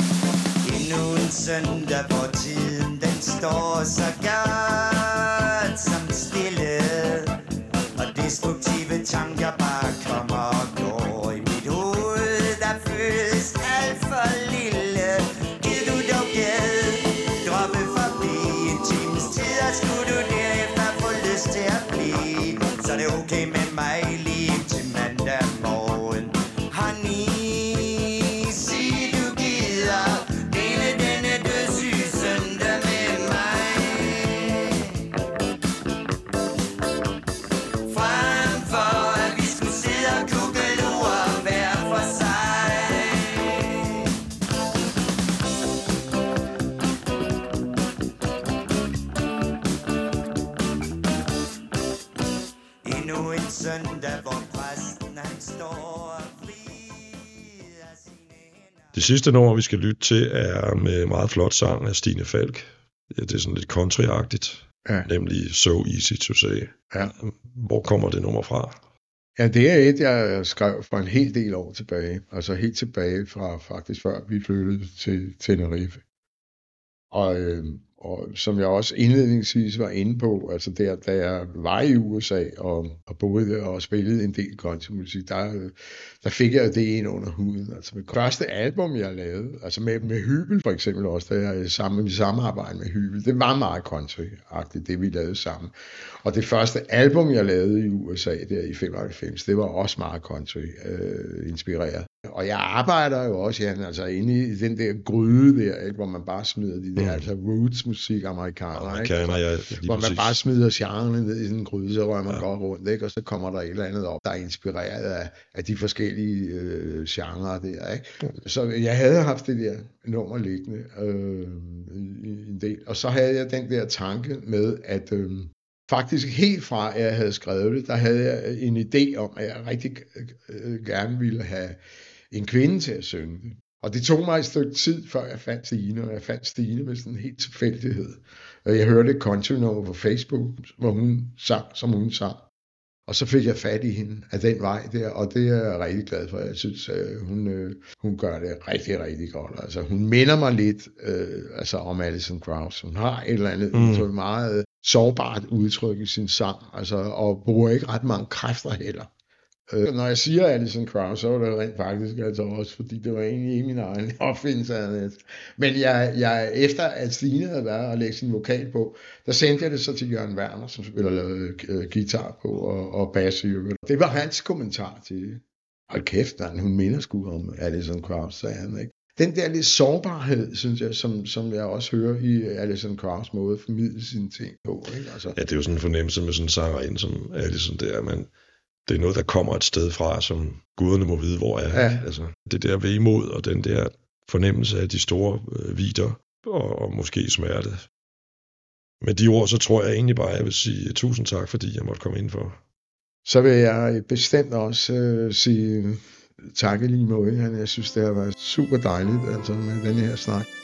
Endnu en søndag, hvor tiden den står så godt som stille, og destruktive tanker bare kommer og går i mit hoved, der føles alt for lille. Giv du dog gad, droppe forbi en times tid, og skulle du derefter få lyst til at blive, så er det okay med mig lige til mandag morgen. Honey, sig du gider dele denne dødssyge søndag med mig. Det sidste nummer, vi skal lytte til, er med meget flot sang af Stine Falk. Det er sådan lidt countryagtigt, ja. Nemlig So Easy to Say. Ja. Hvor kommer det nummer fra? Ja, det er et, jeg skrev for en hel del år tilbage. Altså helt tilbage fra faktisk før vi flyttede til Tenerife. Og, øh, og som jeg også indledningsvis var inde på, altså der, da jeg var i U S A og, og boede og spillede en del countrymusik, der, der fik jeg det ind under huden. Altså med første album, jeg lavede, altså med, med Hybel for eksempel også, da jeg sammen, samarbejde med Hybel, det var meget country-agtigt, det vi lavede sammen. Og det første album, jeg lavede i U S A der i femoghalvfems, det var også meget country-inspireret. og jeg arbejder jo også, Jan, altså inde i den der gryde der, ikke, hvor man bare smider de der, mm. altså roots-musik, amerikaner, amerikaner ja, hvor præcis. man bare smider genrerne ned i sådan en gryde, så rører man ja. godt rundt, ikke, og så kommer der et eller andet op, der er inspireret af, af de forskellige øh, genrer der, ikke. Mm. Så jeg havde haft det der nummer liggende øh, en del, og så havde jeg den der tanke med, at øh, faktisk helt fra, at jeg havde skrevet det, der havde jeg en idé om, at jeg rigtig øh, gerne ville have en kvinde til at synge det. Og det tog mig et stykke tid, før jeg fandt Stine, og jeg fandt Stine med sådan en helt tilfældighed. Jeg hørte et country-nummer på Facebook, hvor hun sang, som hun sang. Og så fik jeg fat i hende af den vej der, og det er jeg rigtig glad for. Jeg synes, øh, hun, øh, hun gør det rigtig, rigtig godt. Altså, hun minder mig lidt øh, altså, om Alison Krauss. Hun har et eller andet mm. udtryk, meget sårbart udtryk i sin sang, altså, og bruger ikke ret mange kræfter heller. Øh, når jeg siger Alison Krauss, så var det rent faktisk altså også, fordi det var egentlig ikke min egen opfindelse af det. Men jeg, jeg, efter at Stine havde været og lægget sin vokal på, der sendte jeg det så til Jørgen Werner, som spiller øh, guitar på og, og bass i øvrigt. Det var hans kommentar til det. Hold kæft, man, hun minder sgu om Alison Krauss, sagde han, ikke? Den der lidt sårbarhed, synes jeg, som, som jeg også hører i Alison Krauss' måde at formidle sine ting på, ikke? Altså. Ja, det er jo sådan en fornemmelse med sådan en sangerinde som Alison der, men det er noget, der kommer et sted fra, som guderne må vide, hvor jeg er. Ja. Altså, det der vemod og den der fornemmelse af de store øh, vidder og, og måske smerte. Med de ord, så tror jeg egentlig bare, at jeg vil sige tusind tak, fordi jeg måtte komme ind for. Så vil jeg bestemt også øh, sige tak i lige måde. Jeg synes, det har været super dejligt altså, med den her snak.